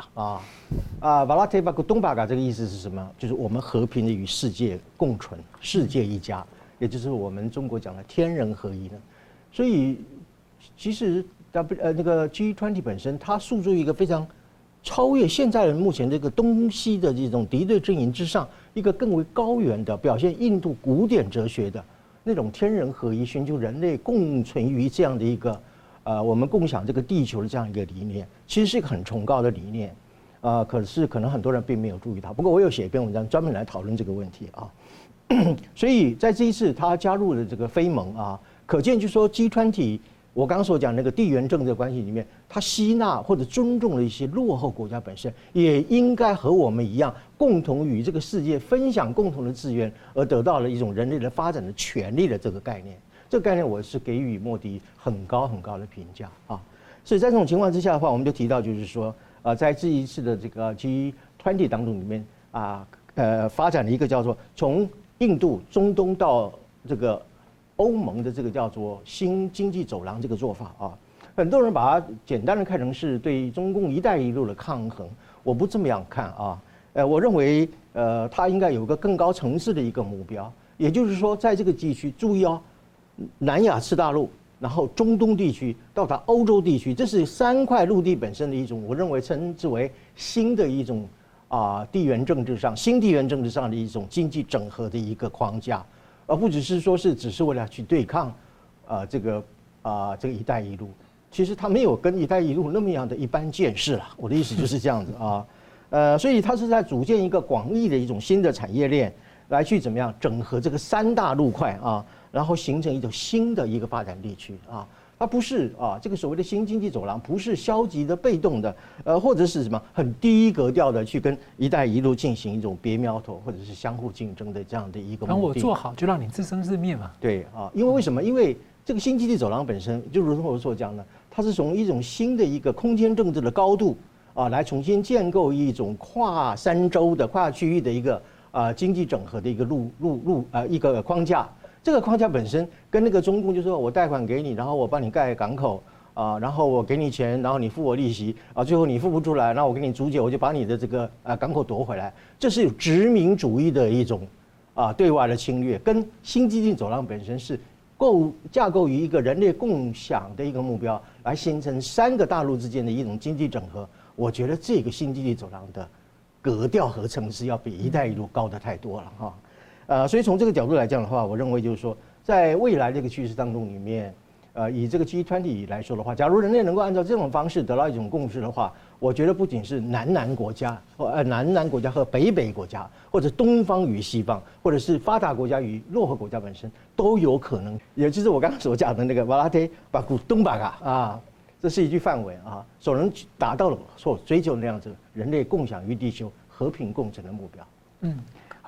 Varate Vakutumbhaka 这个意思是什么？就是我们和平的与世界共存，世界一家。也就是我们中国讲的天人合一呢，所以其实那个 G20 本身，它诉诸一个非常超越现在人目前这个东西的这种敌对阵营之上，一个更为高远的表现印度古典哲学的那种天人合一、寻求人类共存于这样的一个我们共享这个地球的这样一个理念，其实是一个很崇高的理念可是可能很多人并没有注意到。不过我有写一篇文章专门来讨论这个问题啊。所以在这一次他加入了这个非盟可见就是说 G20 我刚刚所讲那个地缘政治关系里面，他吸纳或者尊重了一些落后国家本身，也应该和我们一样，共同与这个世界分享共同的资源，而得到了一种人类的发展的权利的这个概念。这个概念我是给予莫迪很高很高的评价所以在这种情况之下的话，我们就提到就是说在这一次的这个 G20 当中里面发展了一个叫做从印度、中东到这个欧盟的这个叫做新经济走廊这个做法很多人把它简单的看成是对中共“一带一路”的抗衡，我不这么样看我认为它应该有个更高层次的一个目标，也就是说，在这个地区，注意南亚次大陆，然后中东地区到达欧洲地区，这是3块陆地本身的一种，我认为称之为新的一种。地缘政治上新地缘政治上的一种经济整合的一个框架，而不只是说只是为了去对抗这个“一带一路”。其实它没有跟“一带一路”那么样的一般见识了。我的意思就是这样子所以它是在组建一个广义的一种新的产业链，来去怎么样整合这个3大陆块然后形成一种新的一个发展地区它不是这个所谓的新经济走廊不是消极的、被动的，或者是什么很低格调的去跟“一带一路”进行一种别苗头或者是相互竞争的这样的一个目的。 等我做好，就让你自生自灭嘛。 对因为为什么？因为这个新经济走廊本身，就如同我所讲的，它是从一种新的一个空间政治的高度来重新建构一种跨3洲的、跨区域的一个经济整合的一个一个框架。这个框架本身跟那个中共就说我贷款给你，然后我帮你盖港口然后我给你钱，然后你付我利息最后你付不出来，然后我给你租借，我就把你的这个港口夺回来。这是有殖民主义的一种对外的侵略，跟新经济走廊本身是架构于一个人类共享的一个目标，来形成3个大陆之间的一种经济整合。我觉得这个新经济走廊的格调和层次要比“一带一路”高得太多了所以从这个角度来讲的话，我认为就是说，在未来这个趋势当中里面，以这个 G20 来说的话，假如人类能够按照这种方式得到一种共识的话，我觉得不仅是南国家或南国家和北国家，或者东方与西方，或者是发达国家与落后国家本身都有可能。也就是我刚刚所讲的那个 Varate Vakutumbhaka这是一句梵文所能达到了所追求的那样子人类共享于地球、和平共存的目标。 好。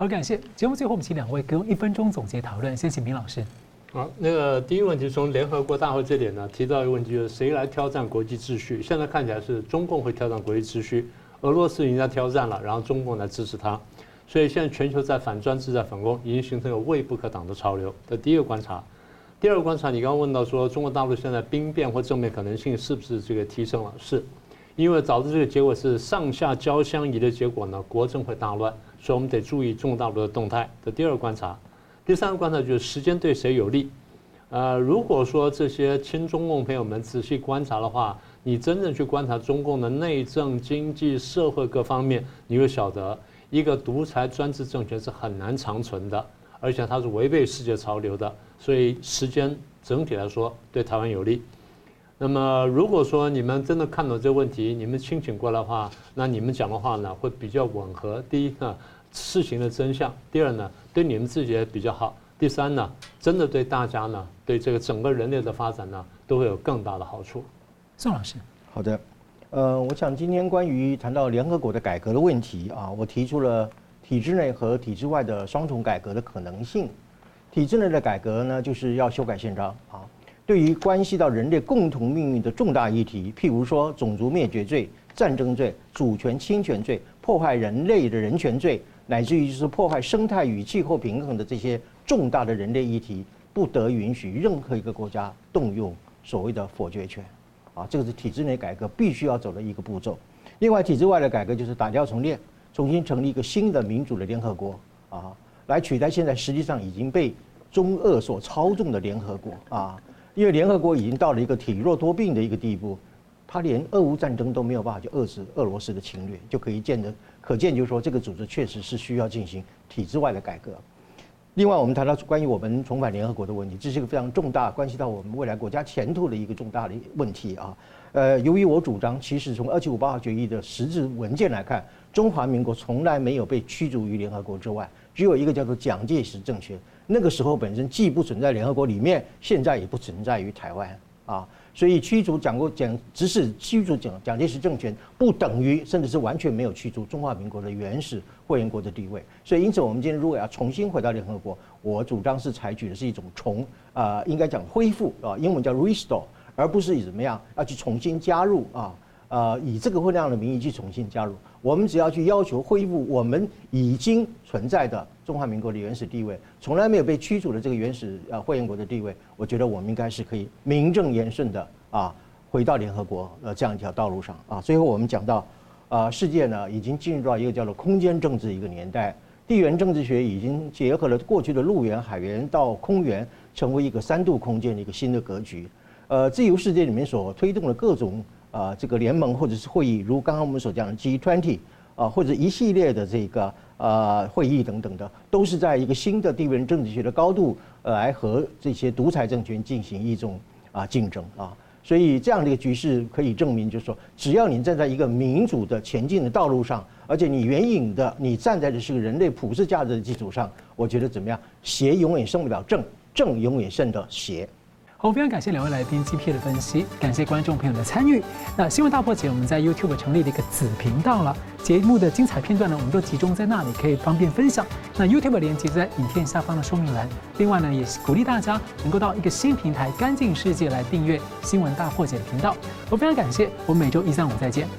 好，感谢节目最后我们请2位各用1分钟总结讨论，先请明老师。 好，那个第一个问题从联合国大会这点呢提到一个问题，就是谁来挑战国际秩序？现在看起来是中共会挑战国际秩序，俄罗斯已经在挑战了，然后中共来支持他，所以现在全球在反专制、在反攻，已经形成一个未不可挡的潮流。这第一个观察。第二个观察，你刚刚问到说中国大陆现在兵变或正面可能性是不是这个提升了？是，因为导致这个结果是上下交相宜的结果呢，国政会大乱，所以我们得注意中国大陆的动态。这第二个观察。第三个观察就是时间对谁有利。如果说这些亲中共朋友们仔细观察的话，你真正去观察中共的内政、经济、社会各方面，你会晓得一个独裁专制政权是很难长存的，而且它是违背世界潮流的。所以时间整体来说对台湾有利。那么如果说你们真的看懂这个问题，你们清醒过来的话，那你们讲的话呢会比较吻合。第一呢，事情的真相；第二呢，对你们自己也比较好；第三呢，真的对大家呢，对这个整个人类的发展呢，都会有更大的好处。 宋老师， 好的，我想今天关于谈到联合国的改革的问题啊，我提出了体制内和体制外的双重改革的可能性。体制内的改革呢，就是要修改宪章啊。对于关系到人类共同命运的重大议题，譬如说种族灭绝罪、战争罪、主权侵权罪、破坏人类的人权罪，乃至于就是破坏生态与气候平衡的这些重大的人类议题，不得允许任何一个国家动用所谓的否决权。啊，这个是体制内改革必须要走的一个步骤。另外，体制外的改革就是打掉重练，重新成立一个新的民主的联合国啊，来取代现在实际上已经被中俄所操纵的联合国啊。因为联合国已经到了一个体弱多病的一个地步，它连俄乌战争都没有办法去遏制俄罗斯的侵略，就可见就是说这个组织确实是需要进行体制外的改革。另外，我们谈到关于我们重返联合国的问题，这是一个非常重大，关系到我们未来国家前途的一个重大的问题啊。由于我主张，其实从2758号决议的实质文件来看，中华民国从来没有被驱逐于联合国之外，只有一个叫做蒋介石政权。那个时候本身既不存在联合国里面，现在也不存在于台湾啊。所以驱逐只是驱逐蒋介石政权，不等于甚至是完全没有驱逐中华民国的原始会员国的地位。所以因此，我们今天如果要重新回到联合国，我主张是采取的是一种应该讲恢复啊，英文叫 restore， 而不是以怎么样要去重新加入啊。以这个或那样的名义去重新加入，我们只要去要求恢复我们已经存在的中华民国的原始地位，从来没有被驱逐的这个原始会员国的地位，我觉得我们应该是可以名正言顺的回到联合国这样一条道路上啊。最后我们讲到世界呢已经进入到一个叫做空间政治一个年代，地缘政治学已经结合了过去的陆缘、海缘到空缘，成为一个3度空间的一个新的格局。自由世界里面所推动的各种这个联盟或者是会议，如刚刚我们所讲的 G20 或者一系列的这个会议等等的，都是在一个新的地缘政治学的高度来和这些独裁政权进行一种竞争啊。所以这样的一个局势可以证明，就是说，只要你站在一个民主的前进的道路上，而且你站在的是个人类普世价值的基础上，我觉得怎么样，邪永远胜不了正，正永远胜得邪。 好，非常感谢2位来宾精辟的分析，感谢观众朋友的参与。那新闻大破解我们在 YouTube 成立了一个子频道了，节目的精彩片段呢，我们都集中在那里，可以方便分享。那 YouTube 连接在影片下方的说明栏。另外呢，也鼓励大家能够到一个新平台“干净世界”来订阅新闻大破解的频道。我非常感谢，我们每周1、3、5再见。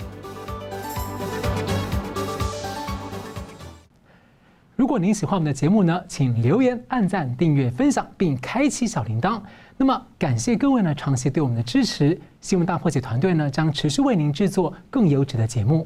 如果您喜欢我们的节目呢，请留言、按赞、订阅、分享，并开启小铃铛。那么，感谢各位呢长期对我们的支持。新闻大破解团队呢将持续为您制作更优质的节目。